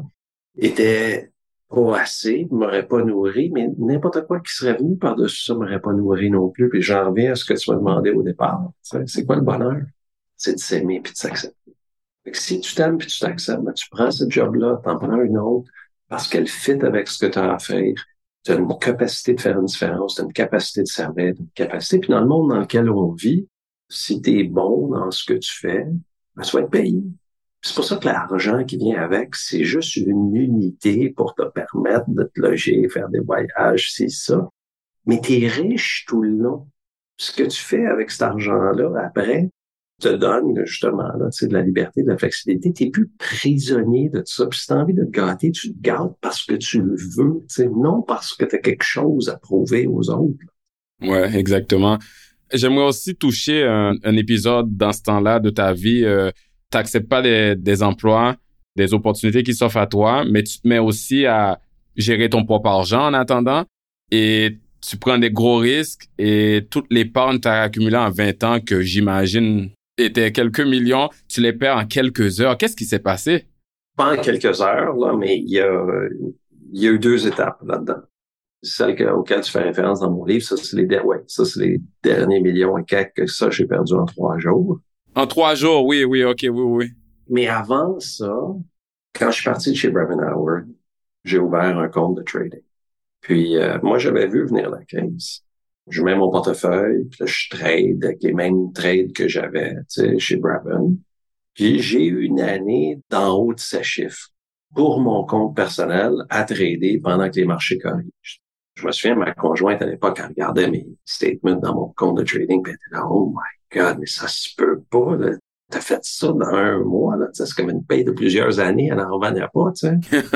était pas assez, m'aurait pas nourri, mais n'importe quoi qui serait venu par-dessus ça m'aurait pas nourri non plus. Puis j'en reviens à ce que tu m'as demandé au départ. C'est quoi le bonheur? C'est de s'aimer puis de s'accepter. Fait que si tu t'aimes puis tu t'acceptes, ben tu prends ce job-là, t'en prends une autre, parce qu'elle fit avec ce que tu as à faire. Tu as une capacité de faire une différence, tu as une capacité de servir, une capacité. Puis dans le monde dans lequel on vit, si tu es bon dans ce que tu fais, ben, tu vas être payé. C'est pour ça que l'argent qui vient avec, c'est juste une unité pour te permettre de te loger, faire des voyages, c'est ça. Mais tu es riche tout le long. Ce que tu fais avec cet argent-là, après, te donne justement là, tu sais, de la liberté, de la flexibilité. Tu n'es plus prisonnier de tout ça. Puis si tu as envie de te gâter, tu te gâtes parce que tu le veux, tu sais, non parce que tu as quelque chose à prouver aux autres. Ouais, exactement. J'aimerais aussi toucher un, un épisode dans ce temps-là de ta vie. Euh, tu n'acceptes pas des, des emplois, des opportunités qui s'offrent à toi, mais tu te mets aussi à gérer ton propre argent en attendant et tu prends des gros risques et toute l'épargne que tu as accumulée en vingt ans, que j'imagine était quelques millions, tu les perds en quelques heures. Qu'est-ce qui s'est passé? Pas en quelques heures, là, mais il y a, il y a eu deux étapes là-dedans. Celle que, auquel tu fais référence dans mon livre, ça, c'est les, ouais, ça, c'est les derniers millions et quelques. Ça, j'ai perdu en trois jours. En trois jours, oui, oui, OK, oui, oui. Mais avant ça, quand je suis parti de chez Brevin Howard, j'ai ouvert un compte de trading. Puis, euh, moi, j'avais vu venir la crise. Je mets mon portefeuille, puis là, je trade avec les mêmes trades que j'avais, tu sais, chez Brabant. Puis j'ai eu une année d'en haut de ces chiffres pour mon compte personnel à trader pendant que les marchés corrigent. Je me souviens, ma conjointe à l'époque, elle regardait mes statements dans mon compte de trading, puis elle était là, oh my God, mais ça se peut pas, là. T'as fait ça dans un mois, là, tu sais, c'est comme une paye de plusieurs années, elle n'en revenait pas, tu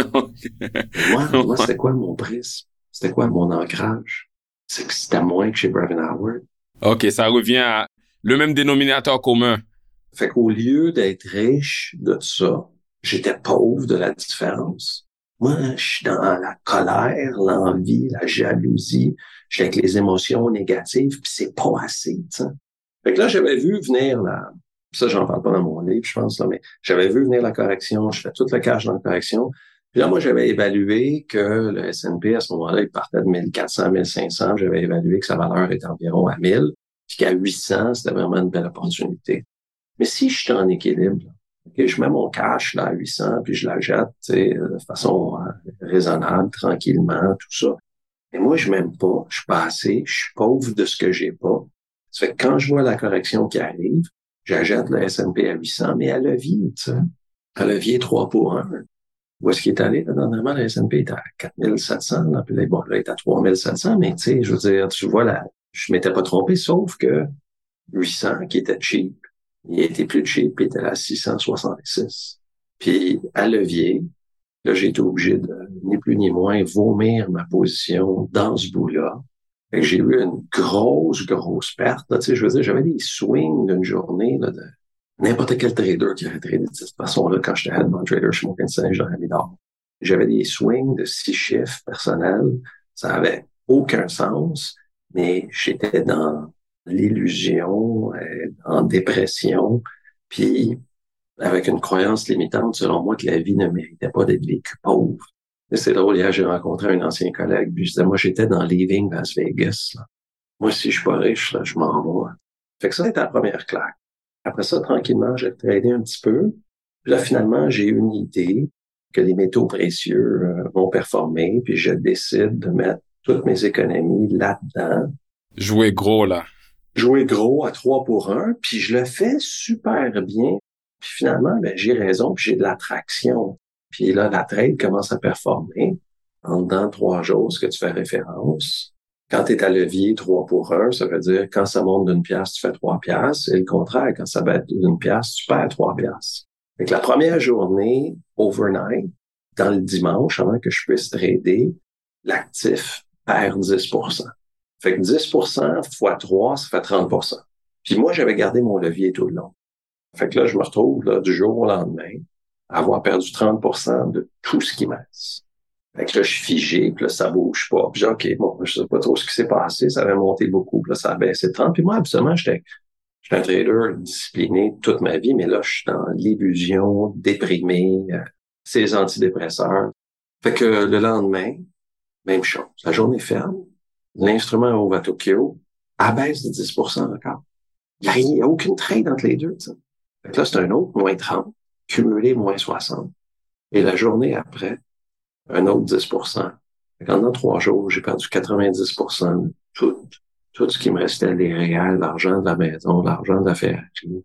sais. moi, moi, c'était quoi mon prisme? C'était quoi mon ancrage? C'est que c'était moins que chez Brevin Howard. OK, ça revient à le même dénominateur commun. Fait qu'au lieu d'être riche de ça, j'étais pauvre de la différence. Moi, je suis dans la colère, l'envie, la jalousie. Je suis avec les émotions négatives, puis c'est pas assez, tu sais. Fait que là, j'avais vu venir la... Ça, j'en parle pas dans mon livre, je pense, là, mais j'avais vu venir la correction. Je fais tout le cash dans la correction. Puis là, moi, j'avais évalué que le S and P, à ce moment-là, il partait de mille quatre cents, mille cinq cents. J'avais évalué que sa valeur était environ à mille, puis qu'à huit cents, c'était vraiment une belle opportunité. Mais si je suis en équilibre, okay, je mets mon cash là à huit cents, puis je la jette, tu sais, de façon euh, raisonnable, tranquillement, tout ça. Mais moi, je m'aime pas, je suis pas assez, je suis pauvre de ce que j'ai pas. Ça fait que quand je vois la correction qui arrive, j'achète le S and P à huit cents, mais à levier, tu sais, à levier trois pour un. Où est-ce qu'il est allé? Là, dernièrement, le S and P est à quatre mille sept cents, là, puis là, bon, là, il est à trois mille sept cents, mais tu sais, je veux dire, tu vois, là, je m'étais pas trompé, sauf que huit cents, qui était cheap, il était plus cheap, il était à six cent soixante-six. Puis, à levier, là, j'ai été obligé de, ni plus ni moins, vomir ma position dans ce bout-là. Fait que j'ai eu une grosse, grosse perte, là, tu sais, je veux dire, j'avais des swings d'une journée, là, de n'importe quel trader qui aurait tradé de cette façon-là, quand j'étais head trader chez Morgan Stanley, j'aurais mis d'or. J'avais des swings de six chiffres personnels. Ça avait aucun sens, mais j'étais dans l'illusion, euh, en dépression, puis avec une croyance limitante, selon moi, que la vie ne méritait pas d'être vécue pauvre. Et c'est drôle, hier, j'ai rencontré un ancien collègue, puis je disais, moi, j'étais dans Leaving Las Vegas, là. Moi, si je suis pas riche, là, je m'en vais. Fait que ça, c'était la première claque. Après ça, tranquillement, j'ai tradé un petit peu. Puis là, finalement, j'ai eu une idée que les métaux précieux euh, vont performer, puis je décide de mettre toutes mes économies là-dedans. Jouer gros, là. Jouer gros à trois pour un, puis je le fais super bien. Puis finalement, ben j'ai raison, puis j'ai de l'attraction. Puis là, la trade commence à performer. En dedans trois jours, ce que tu fais référence. Quand tu es à levier trois pour un, ça veut dire quand ça monte d'une pièce, tu fais trois piastres. Et le contraire, quand ça baisse d'une pièce, tu perds trois piastres. Fait que la première journée, overnight, dans le dimanche, avant que je puisse trader, l'actif perd dix pour cent. Fait que dix pour cent fois trois, ça fait trente pour cent. Puis moi, j'avais gardé mon levier tout le long. Fait que là, je me retrouve là, du jour au lendemain à avoir perdu trente pour cent de tout ce qui me reste. Fait que là, je suis figé, puis là, ça bouge pas. Puis j'ai OK, bon, je sais pas trop ce qui s'est passé, ça avait monté beaucoup, puis là, ça a baissé de trente. Puis moi, absolument, j'étais, j'étais un trader discipliné toute ma vie, mais là, je suis dans l'illusion, déprimé, euh, c'est les antidépresseurs. Fait que le lendemain, même chose. La journée ferme, l'instrument ouvre à Tokyo, à baisse de dix pour cent encore. Il n'y a, a aucune trade entre les deux, tu sais. Fait que là, c'est un autre moins trente, cumulé moins soixante. Et la journée après, un autre dix pour cent. Pendant trois jours, j'ai perdu quatre-vingt-dix pour cent de tout, tout ce qui me restait, les réals, l'argent de la maison, l'argent de la Ferrari.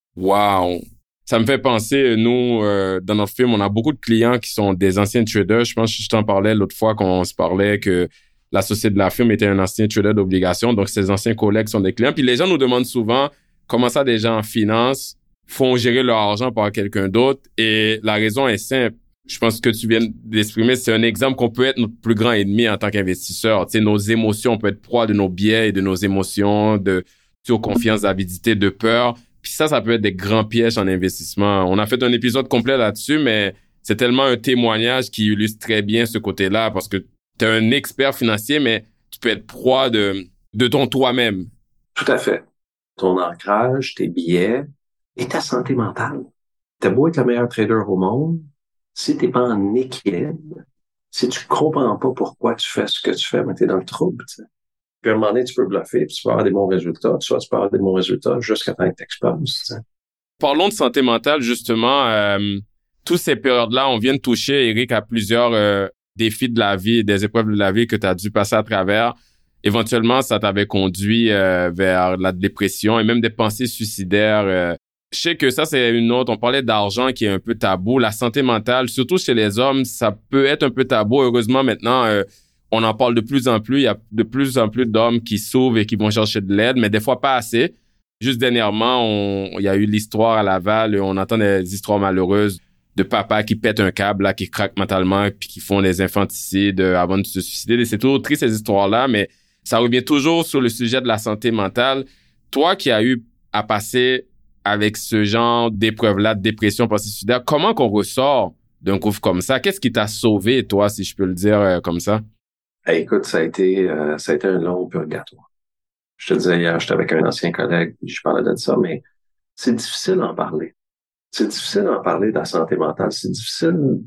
Wow! Ça me fait penser, nous, euh, dans notre film, on a beaucoup de clients qui sont des anciens traders. Je pense que je t'en parlais l'autre fois qu'on se parlait que l'associé de la firme était un ancien trader d'obligation. Donc, ses anciens collègues sont des clients. Puis les gens nous demandent souvent comment ça des gens en finance font gérer leur argent par quelqu'un d'autre. Et la raison est simple. Je pense que tu viens d'exprimer, c'est un exemple qu'on peut être notre plus grand ennemi en tant qu'investisseur. Tu sais, nos émotions, on peut être proie de nos biais et de nos émotions, de surconfiance, d'avidité, de peur. Puis ça, ça peut être des grands pièges en investissement. On a fait un épisode complet là-dessus, mais c'est tellement un témoignage qui illustre très bien ce côté-là parce que tu es un expert financier, mais tu peux être proie de, de ton toi-même. Tout à fait. Ton ancrage, tes biais et ta santé mentale. T'as beau être le meilleur trader au monde, si t'es pas en équilibre, si tu comprends pas pourquoi tu fais ce que tu fais, mais t'es dans le trouble, tu sais. Puis à un moment donné, tu peux bluffer, puis tu peux avoir des bons résultats, soit tu peux avoir des bons résultats jusqu'à temps que t'exploses, tu sais. Parlons de santé mentale, justement. Euh, toutes ces périodes-là, on vient de toucher, Éric, à plusieurs euh, défis de la vie, des épreuves de la vie que tu as dû passer à travers. éventuellement, ça t'avait conduit euh, vers la dépression et même des pensées suicidaires. Euh. Je sais que ça, c'est une autre. On parlait d'argent qui est un peu tabou. La santé mentale, surtout chez les hommes, ça peut être un peu tabou. Heureusement, maintenant, euh, on en parle de plus en plus. Il y a de plus en plus d'hommes qui s'ouvrent et qui vont chercher de l'aide, mais des fois pas assez. Juste dernièrement, on, il y a eu l'histoire à Laval. On entend des histoires malheureuses de papas qui pètent un câble, là, qui craquent mentalement, puis qui font des infanticides avant de se suicider. Et c'est toujours triste, ces histoires-là, mais ça revient toujours sur le sujet de la santé mentale. Toi qui as eu à passer avec ce genre d'épreuve-là, de dépression, pensée suicidaire, comment qu'on ressort d'un gouffre comme ça? Qu'est-ce qui t'a sauvé, toi, si je peux le dire euh, comme ça? Hey, écoute, ça a été euh, ça a été un long purgatoire. Je te disais hier, j'étais avec un ancien collègue, puis je parlais de ça, mais c'est difficile d'en parler. C'est difficile d'en parler de la santé mentale. C'est difficile de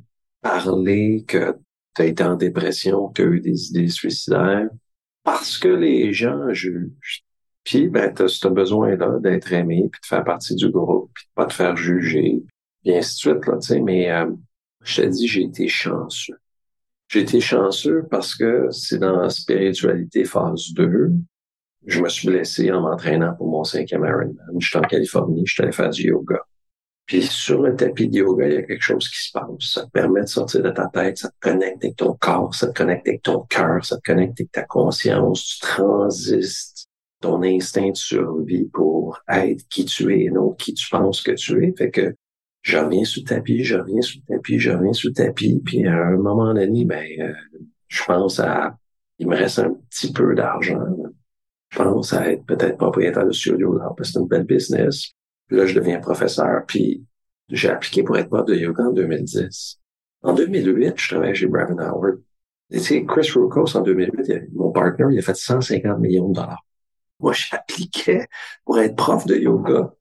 parler que tu as été en dépression, que tu as eu des idées suicidaires, parce que les gens jugent. Puis, ben, tu as ce besoin-là d'être aimé, puis de faire partie du groupe, puis de pas te faire juger, puis ainsi de suite, là, tu sais. Mais euh, je te dis, j'ai été chanceux. J'ai été chanceux parce que c'est dans la spiritualité phase deux. Je me suis blessé en m'entraînant pour mon cinquième Ironman. J'étais en Californie, j'étais allé faire du yoga. Puis sur le tapis de yoga, il y a quelque chose qui se passe. Ça te permet de sortir de ta tête, ça te connecte avec ton corps, ça te connecte avec ton cœur, ça te connecte avec ta conscience. Tu transistes ton instinct de survie pour être qui tu es et non qui tu penses que tu es. Fait que je reviens sur le tapis, je reviens sur le tapis, je reviens sur le tapis. Puis à un moment donné, ben, euh, je pense à... Il me reste un petit peu d'argent. Je pense à être peut-être propriétaire de studio parce que c'est une belle business. Puis là, je deviens professeur, puis j'ai appliqué pour être prof de yoga en deux mille dix. En deux mille huit, je travaillais chez Bravin Howard. Et tu sais, Chris Rukos, en deux mille huit, il, mon partner, il a fait cent cinquante millions de dollars. Moi, j'appliquais pour être prof de yoga.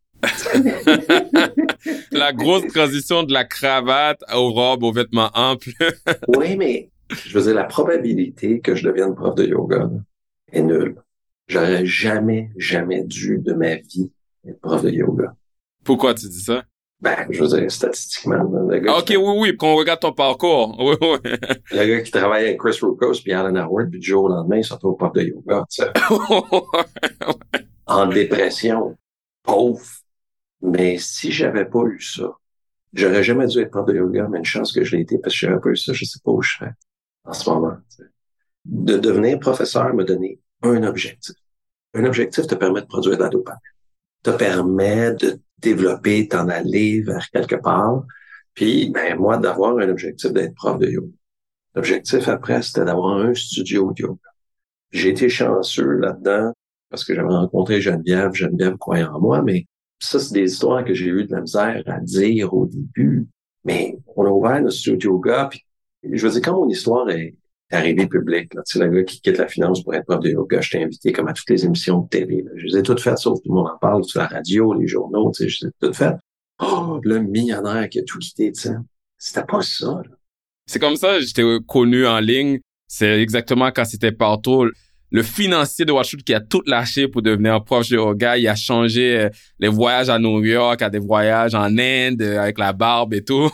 La grosse transition de la cravate aux robes, aux vêtements amples. Oui, mais je veux dire, la probabilité que je devienne prof de yoga là, est nulle. J'aurais jamais, jamais dû de ma vie être prof de yoga. Pourquoi tu dis ça? Ben, je veux dire, statistiquement. Le gars ah, OK, qui... oui, oui, qu'on regarde ton parcours. Oui, oui. Le gars qui travaille avec Chris Rukos puis Alan Howard, puis du jour au lendemain, il se retrouve prof de yoga, tu sais. En dépression. Pauvre. Mais si j'avais pas eu ça, j'aurais jamais dû être prof de yoga, mais une chance que je l'ai été, parce que si j'avais pas eu ça, je sais pas où je serais en ce moment. Tu sais. De devenir professeur me donner un objectif. Un objectif te permet de produire de la dopamine. Te permet de développer, t'en aller vers quelque part. Puis, ben, moi, d'avoir un objectif d'être prof de yoga. L'objectif après, c'était d'avoir un studio de yoga. J'ai été chanceux là-dedans parce que j'avais rencontré Geneviève, Geneviève croyait en moi, mais ça, c'est des histoires que j'ai eu de la misère à dire au début. Mais on a ouvert notre studio de yoga, puis je veux dire, quand mon histoire est arrivée publique, là, tu sais, le gars qui quitte la finance pour être prof de yoga, je t'ai invité comme à toutes les émissions de télé. Là. Je les ai toutes faites, sauf tout le monde en parle, sur la radio, les journaux, tu sais, je les ai toutes faites. Oh, le millionnaire qui a tout quitté, tu sais. C'était pas ça, là. C'est comme ça que j'étais connu en ligne. C'est exactement quand c'était partout. Le financier de Wall Street qui a tout lâché pour devenir prof de yoga, il a changé les voyages à New York à des voyages en Inde avec la barbe et tout.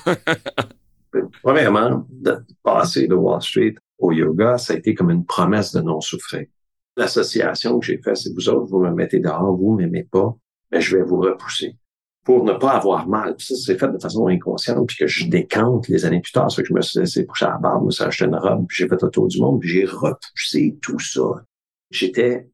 Premièrement, de passer de Wall Street au yoga, ça a été comme une promesse de non-souffrir. L'association que j'ai faite, c'est vous autres, vous me mettez dehors, vous m'aimez pas, mais je vais vous repousser. Pour ne pas avoir mal. Puis ça, c'est fait de façon inconsciente, puis que je décante les années plus tard. C'est que je me suis laissé pousser à la barbe, je me suis acheté une robe, puis j'ai fait le tour du monde, puis j'ai repoussé tout ça. J'étais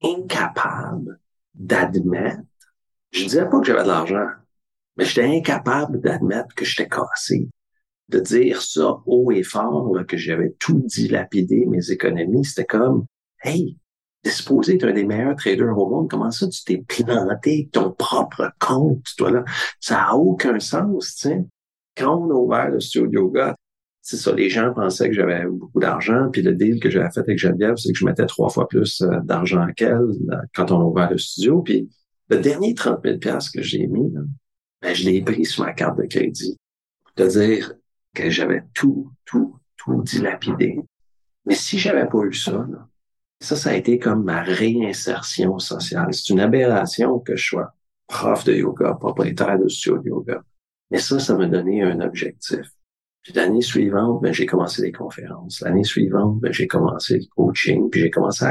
incapable d'admettre. Je disais pas que j'avais de l'argent, mais j'étais incapable d'admettre que j'étais cassé. De dire ça haut et fort, là, que j'avais tout dilapidé, mes économies, c'était comme, hey, t'es supposé être un des meilleurs traders au monde. Comment ça, tu t'es planté avec ton propre compte, toi, là? Ça a aucun sens, tu sais. Quand on a ouvert le studio de yoga, c'est ça, les gens pensaient que j'avais beaucoup d'argent, puis le deal que j'avais fait avec Geneviève, c'est que je mettais trois fois plus d'argent qu'elle quand on a ouvert le studio. Puis le dernier trente mille dollars que j'ai mis, là, ben, je l'ai pris sur ma carte de crédit. Pour te dire que j'avais tout, tout, tout dilapidé. Mais si j'avais pas eu ça, là, ça, ça a été comme ma réinsertion sociale. C'est une aberration que je sois prof de yoga, propriétaire de studio de yoga. Mais ça, ça m'a donné un objectif. Puis l'année suivante, ben, j'ai commencé les conférences. L'année suivante, ben, j'ai commencé le coaching, puis j'ai commencé à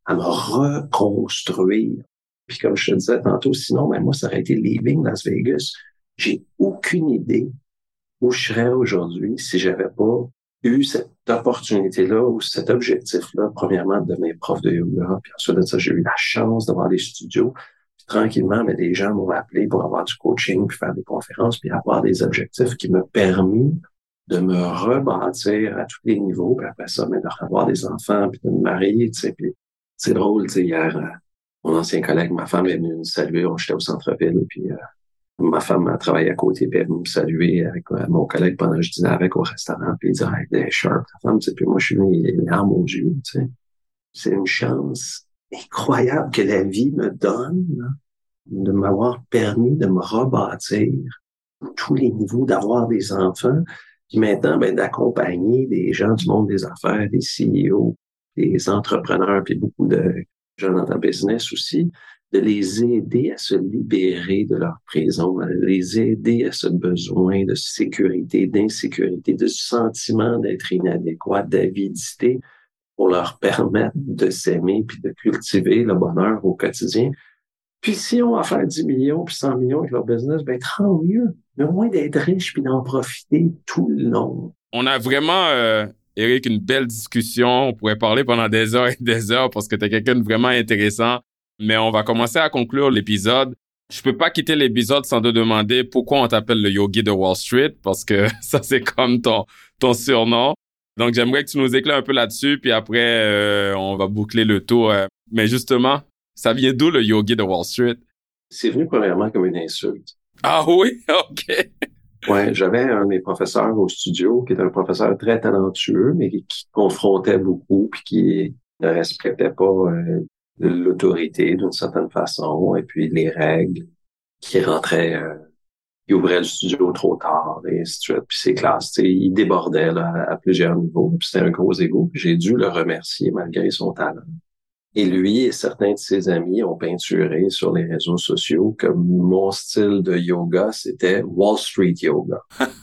à me reconstruire. Puis comme je te disais tantôt, sinon, ben moi, ça aurait été Leaving Las Vegas. J'ai aucune idée où je serais aujourd'hui si j'avais pas eu cette opportunité-là ou cet objectif-là, premièrement, de devenir prof de yoga. Puis ensuite de ça, j'ai eu la chance d'avoir des studios. Puis tranquillement, mais des gens m'ont appelé pour avoir du coaching, puis faire des conférences, puis avoir des objectifs qui m'ont permis de me rebâtir à tous les niveaux. Puis après ça, mais de avoir des enfants, puis de me marier, tu sais. Puis c'est drôle, tu sais, hier, euh, mon ancien collègue, ma femme est venue me saluer. J'étais au centre-ville, puis euh, ma femme a travaillé à côté, puis elle est venue me saluer avec euh, mon collègue pendant que je dînais avec au restaurant, puis il dit « Hey, t'es sharp, ta femme, tu sais. » Puis moi, je suis venu, les larmes aux yeux, tu sais. C'est une chance incroyable que la vie me donne, là, de m'avoir permis de me rebâtir à tous les niveaux, d'avoir des enfants, puis maintenant, ben, d'accompagner des gens du monde des affaires, des C E O, des entrepreneurs, puis beaucoup de gens dans ta business aussi, de les aider à se libérer de leur prison, à les aider à ce besoin de sécurité, d'insécurité, de sentiment d'être inadéquat, d'avidité, pour leur permettre de s'aimer puis de cultiver le bonheur au quotidien. Puis si on va faire dix millions puis cent millions avec leur business, ben tant mieux. Mais au moins d'être riche puis d'en profiter tout le long. On a vraiment, euh, Éric, une belle discussion. On pourrait parler pendant des heures et des heures parce que tu es quelqu'un de vraiment intéressant. Mais on va commencer à conclure l'épisode. Je peux pas quitter l'épisode sans te demander pourquoi on t'appelle le yogi de Wall Street, parce que ça, c'est comme ton, ton surnom. Donc, j'aimerais que tu nous éclaires un peu là-dessus, puis après, euh, on va boucler le tour. Euh. Mais justement, ça vient d'où le yogi de Wall Street? C'est venu premièrement comme une insulte. Ah oui? OK. Ouais, j'avais un de mes professeurs au studio qui était un professeur très talentueux, mais qui confrontait beaucoup, puis qui ne respectait pas euh, l'autorité d'une certaine façon, et puis les règles, qui rentraient... Euh, il ouvrait le studio trop tard, et ainsi de suite. Puis ses classes, tu sais, il débordait là, à plusieurs niveaux. Puis c'était un gros égo. Puis j'ai dû le remercier malgré son talent. Et lui et certains de ses amis ont peinturé sur les réseaux sociaux que mon style de yoga, c'était Wall Street Yoga.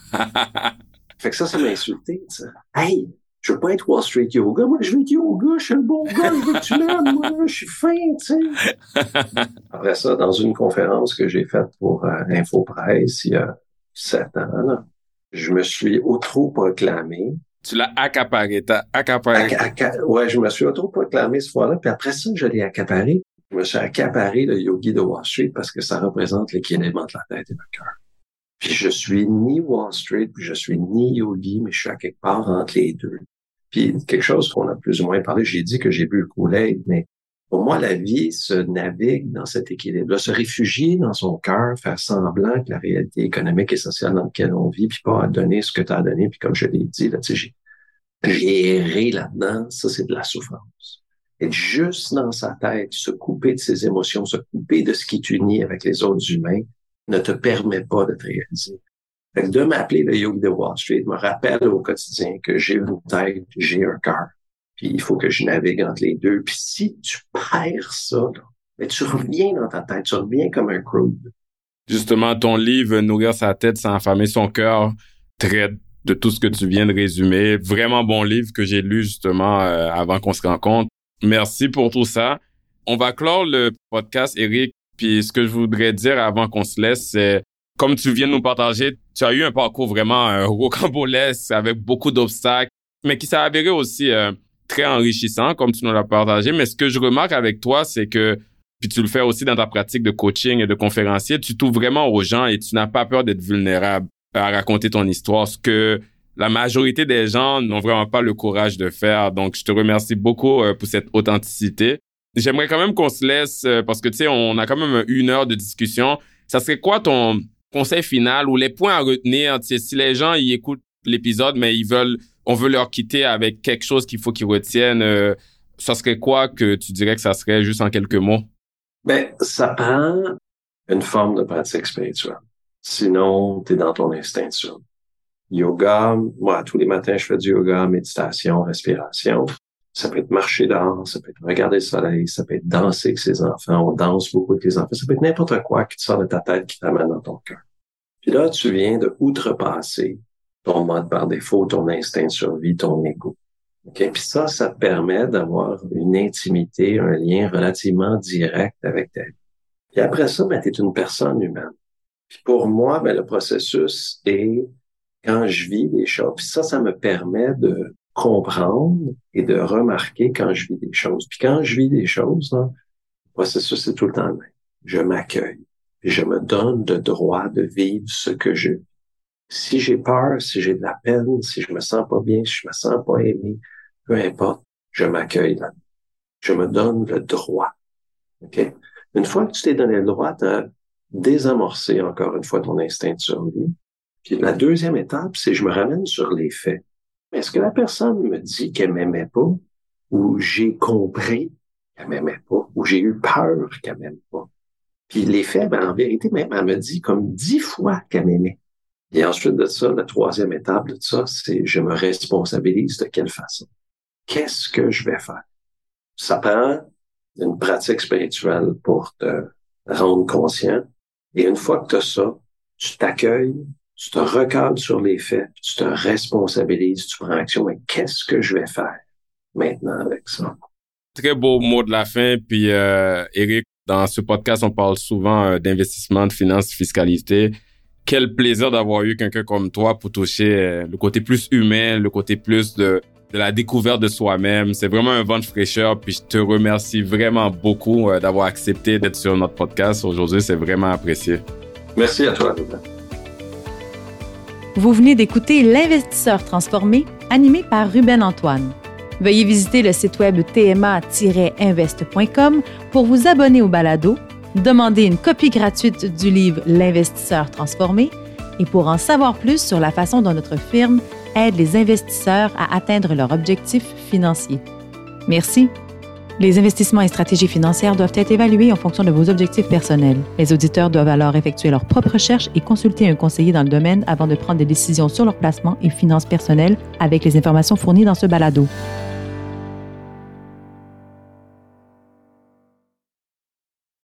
Fait que ça, ça m'a insulté, tu sais. Hey! Je veux pas être Wall Street Yoga. Moi, je veux être yoga. Je suis le bon gars. Je veux que tu m'aimes. Moi, je suis fin, tu sais. Après ça, dans une conférence que j'ai faite pour euh, InfoPresse il y a sept ans, là, je me suis auto-proclamé. Tu l'as accaparé. T'as accaparé. Acca- acca- ouais, je me suis auto-proclamé ce fois-là. Puis après ça, je l'ai accaparé. Je me suis accaparé le yogi de Wall Street parce que ça représente l'équilibre entre la tête et le cœur. Puis je suis ni Wall Street, puis je suis ni yogi, mais je suis à quelque part entre les deux. Puis quelque chose qu'on a plus ou moins parlé, j'ai dit que j'ai bu le Kool-Aid, mais pour moi, la vie se navigue dans cet équilibre-là, se réfugier dans son cœur, faire semblant que la réalité économique et sociale dans laquelle on vit, puis pas donner ce que tu as donné, puis comme je l'ai dit, là, tu sais, j'ai, j'ai erré là-dedans, ça c'est de la souffrance. Être juste dans sa tête, se couper de ses émotions, se couper de ce qui t'unit avec les autres humains, ne te permet pas de te réaliser. Fait que de m'appeler le yogi de Wall Street me rappelle au quotidien que j'ai une tête, j'ai un cœur. Puis il faut que je navigue entre les deux. Puis si tu perds ça, là, ben tu reviens dans ta tête, tu reviens comme un crude. Justement, ton livre « Nourrir sa tête sans affamer son cœur » traite de tout ce que tu viens de résumer. Vraiment bon livre que j'ai lu justement euh, avant qu'on se rencontre. Merci pour tout ça. On va clore le podcast, Éric. Puis ce que je voudrais dire avant qu'on se laisse, c'est comme tu viens de nous partager, tu as eu un parcours vraiment euh, rocambolesque avec beaucoup d'obstacles, mais qui s'est avéré aussi euh, très enrichissant, comme tu nous l'as partagé. Mais ce que je remarque avec toi, c'est que, puis tu le fais aussi dans ta pratique de coaching et de conférencier, tu t'ouvres vraiment aux gens et tu n'as pas peur d'être vulnérable à raconter ton histoire, ce que la majorité des gens n'ont vraiment pas le courage de faire. Donc, je te remercie beaucoup euh, pour cette authenticité. J'aimerais quand même qu'on se laisse, euh, parce que, tu sais, on a quand même une heure de discussion. Ça serait quoi ton conseil final ou les points à retenir? Tu sais, si les gens, ils écoutent l'épisode, mais ils veulent, on veut leur quitter avec quelque chose qu'il faut qu'ils retiennent, euh, ça serait quoi que tu dirais que ça serait juste en quelques mots? Ben, ça prend une forme de pratique spirituelle. Sinon, t'es dans ton instinct de survie. Yoga, moi, tous les matins, je fais du yoga, méditation, respiration. Ça peut être marcher dehors, ça peut être regarder le soleil, ça peut être danser avec ses enfants, on danse beaucoup avec tes enfants, ça peut être n'importe quoi qui te sort de ta tête, qui t'amène dans ton cœur. Puis là, tu viens de outrepasser ton mode par défaut, ton instinct de survie, ton ego. Okay? Puis ça, ça te permet d'avoir une intimité, un lien relativement direct avec ta vie. Puis après ça, ben, tu es une personne humaine. Puis pour moi, ben, le processus est quand je vis des choses. Puis ça, ça me permet de comprendre et de remarquer quand je vis des choses. Puis quand je vis des choses, là, le processus est tout le temps le même. Je m'accueille. Puis je me donne le droit de vivre ce que je vis. Si j'ai peur, si j'ai de la peine, si je me sens pas bien, si je me sens pas aimé, peu importe, je m'accueille là. Je me donne le droit. OK? Une fois que tu t'es donné le droit, tu as désamorcé encore une fois ton instinct de survie. Puis la deuxième étape, c'est je me ramène sur les faits. Est-ce que la personne me dit qu'elle m'aimait pas, ou j'ai compris qu'elle m'aimait pas, ou j'ai eu peur qu'elle m'aime pas? Puis les faits, ben, en vérité, même, elle me dit comme dix fois qu'elle m'aimait. Et ensuite de ça, la troisième étape de ça, c'est je me responsabilise de quelle façon. Qu'est-ce que je vais faire? Ça prend une pratique spirituelle pour te rendre conscient. Et une fois que tu as ça, tu t'accueilles, tu te recadres sur les faits, tu te responsabilises, tu prends action. Mais qu'est-ce que je vais faire maintenant avec ça? Très beau mot de la fin. Puis, euh, Éric, dans ce podcast, on parle souvent euh, d'investissement, de finances, de fiscalité. Quel plaisir d'avoir eu quelqu'un comme toi pour toucher euh, le côté plus humain, le côté plus de, de la découverte de soi-même. C'est vraiment un vent de fraîcheur. Puis je te remercie vraiment beaucoup euh, d'avoir accepté d'être sur notre podcast aujourd'hui. C'est vraiment apprécié. Merci à toi, Ruben. Vous venez d'écouter L'Investisseur transformé, animé par Ruben Antoine. Veuillez visiter le site web t m a tiret invest point com pour vous abonner au balado, demander une copie gratuite du livre L'Investisseur transformé et pour en savoir plus sur la façon dont notre firme aide les investisseurs à atteindre leurs objectifs financiers. Merci. Les investissements et stratégies financières doivent être évalués en fonction de vos objectifs personnels. Les auditeurs doivent alors effectuer leurs propres recherches et consulter un conseiller dans le domaine avant de prendre des décisions sur leur placement et finances personnelles avec les informations fournies dans ce balado.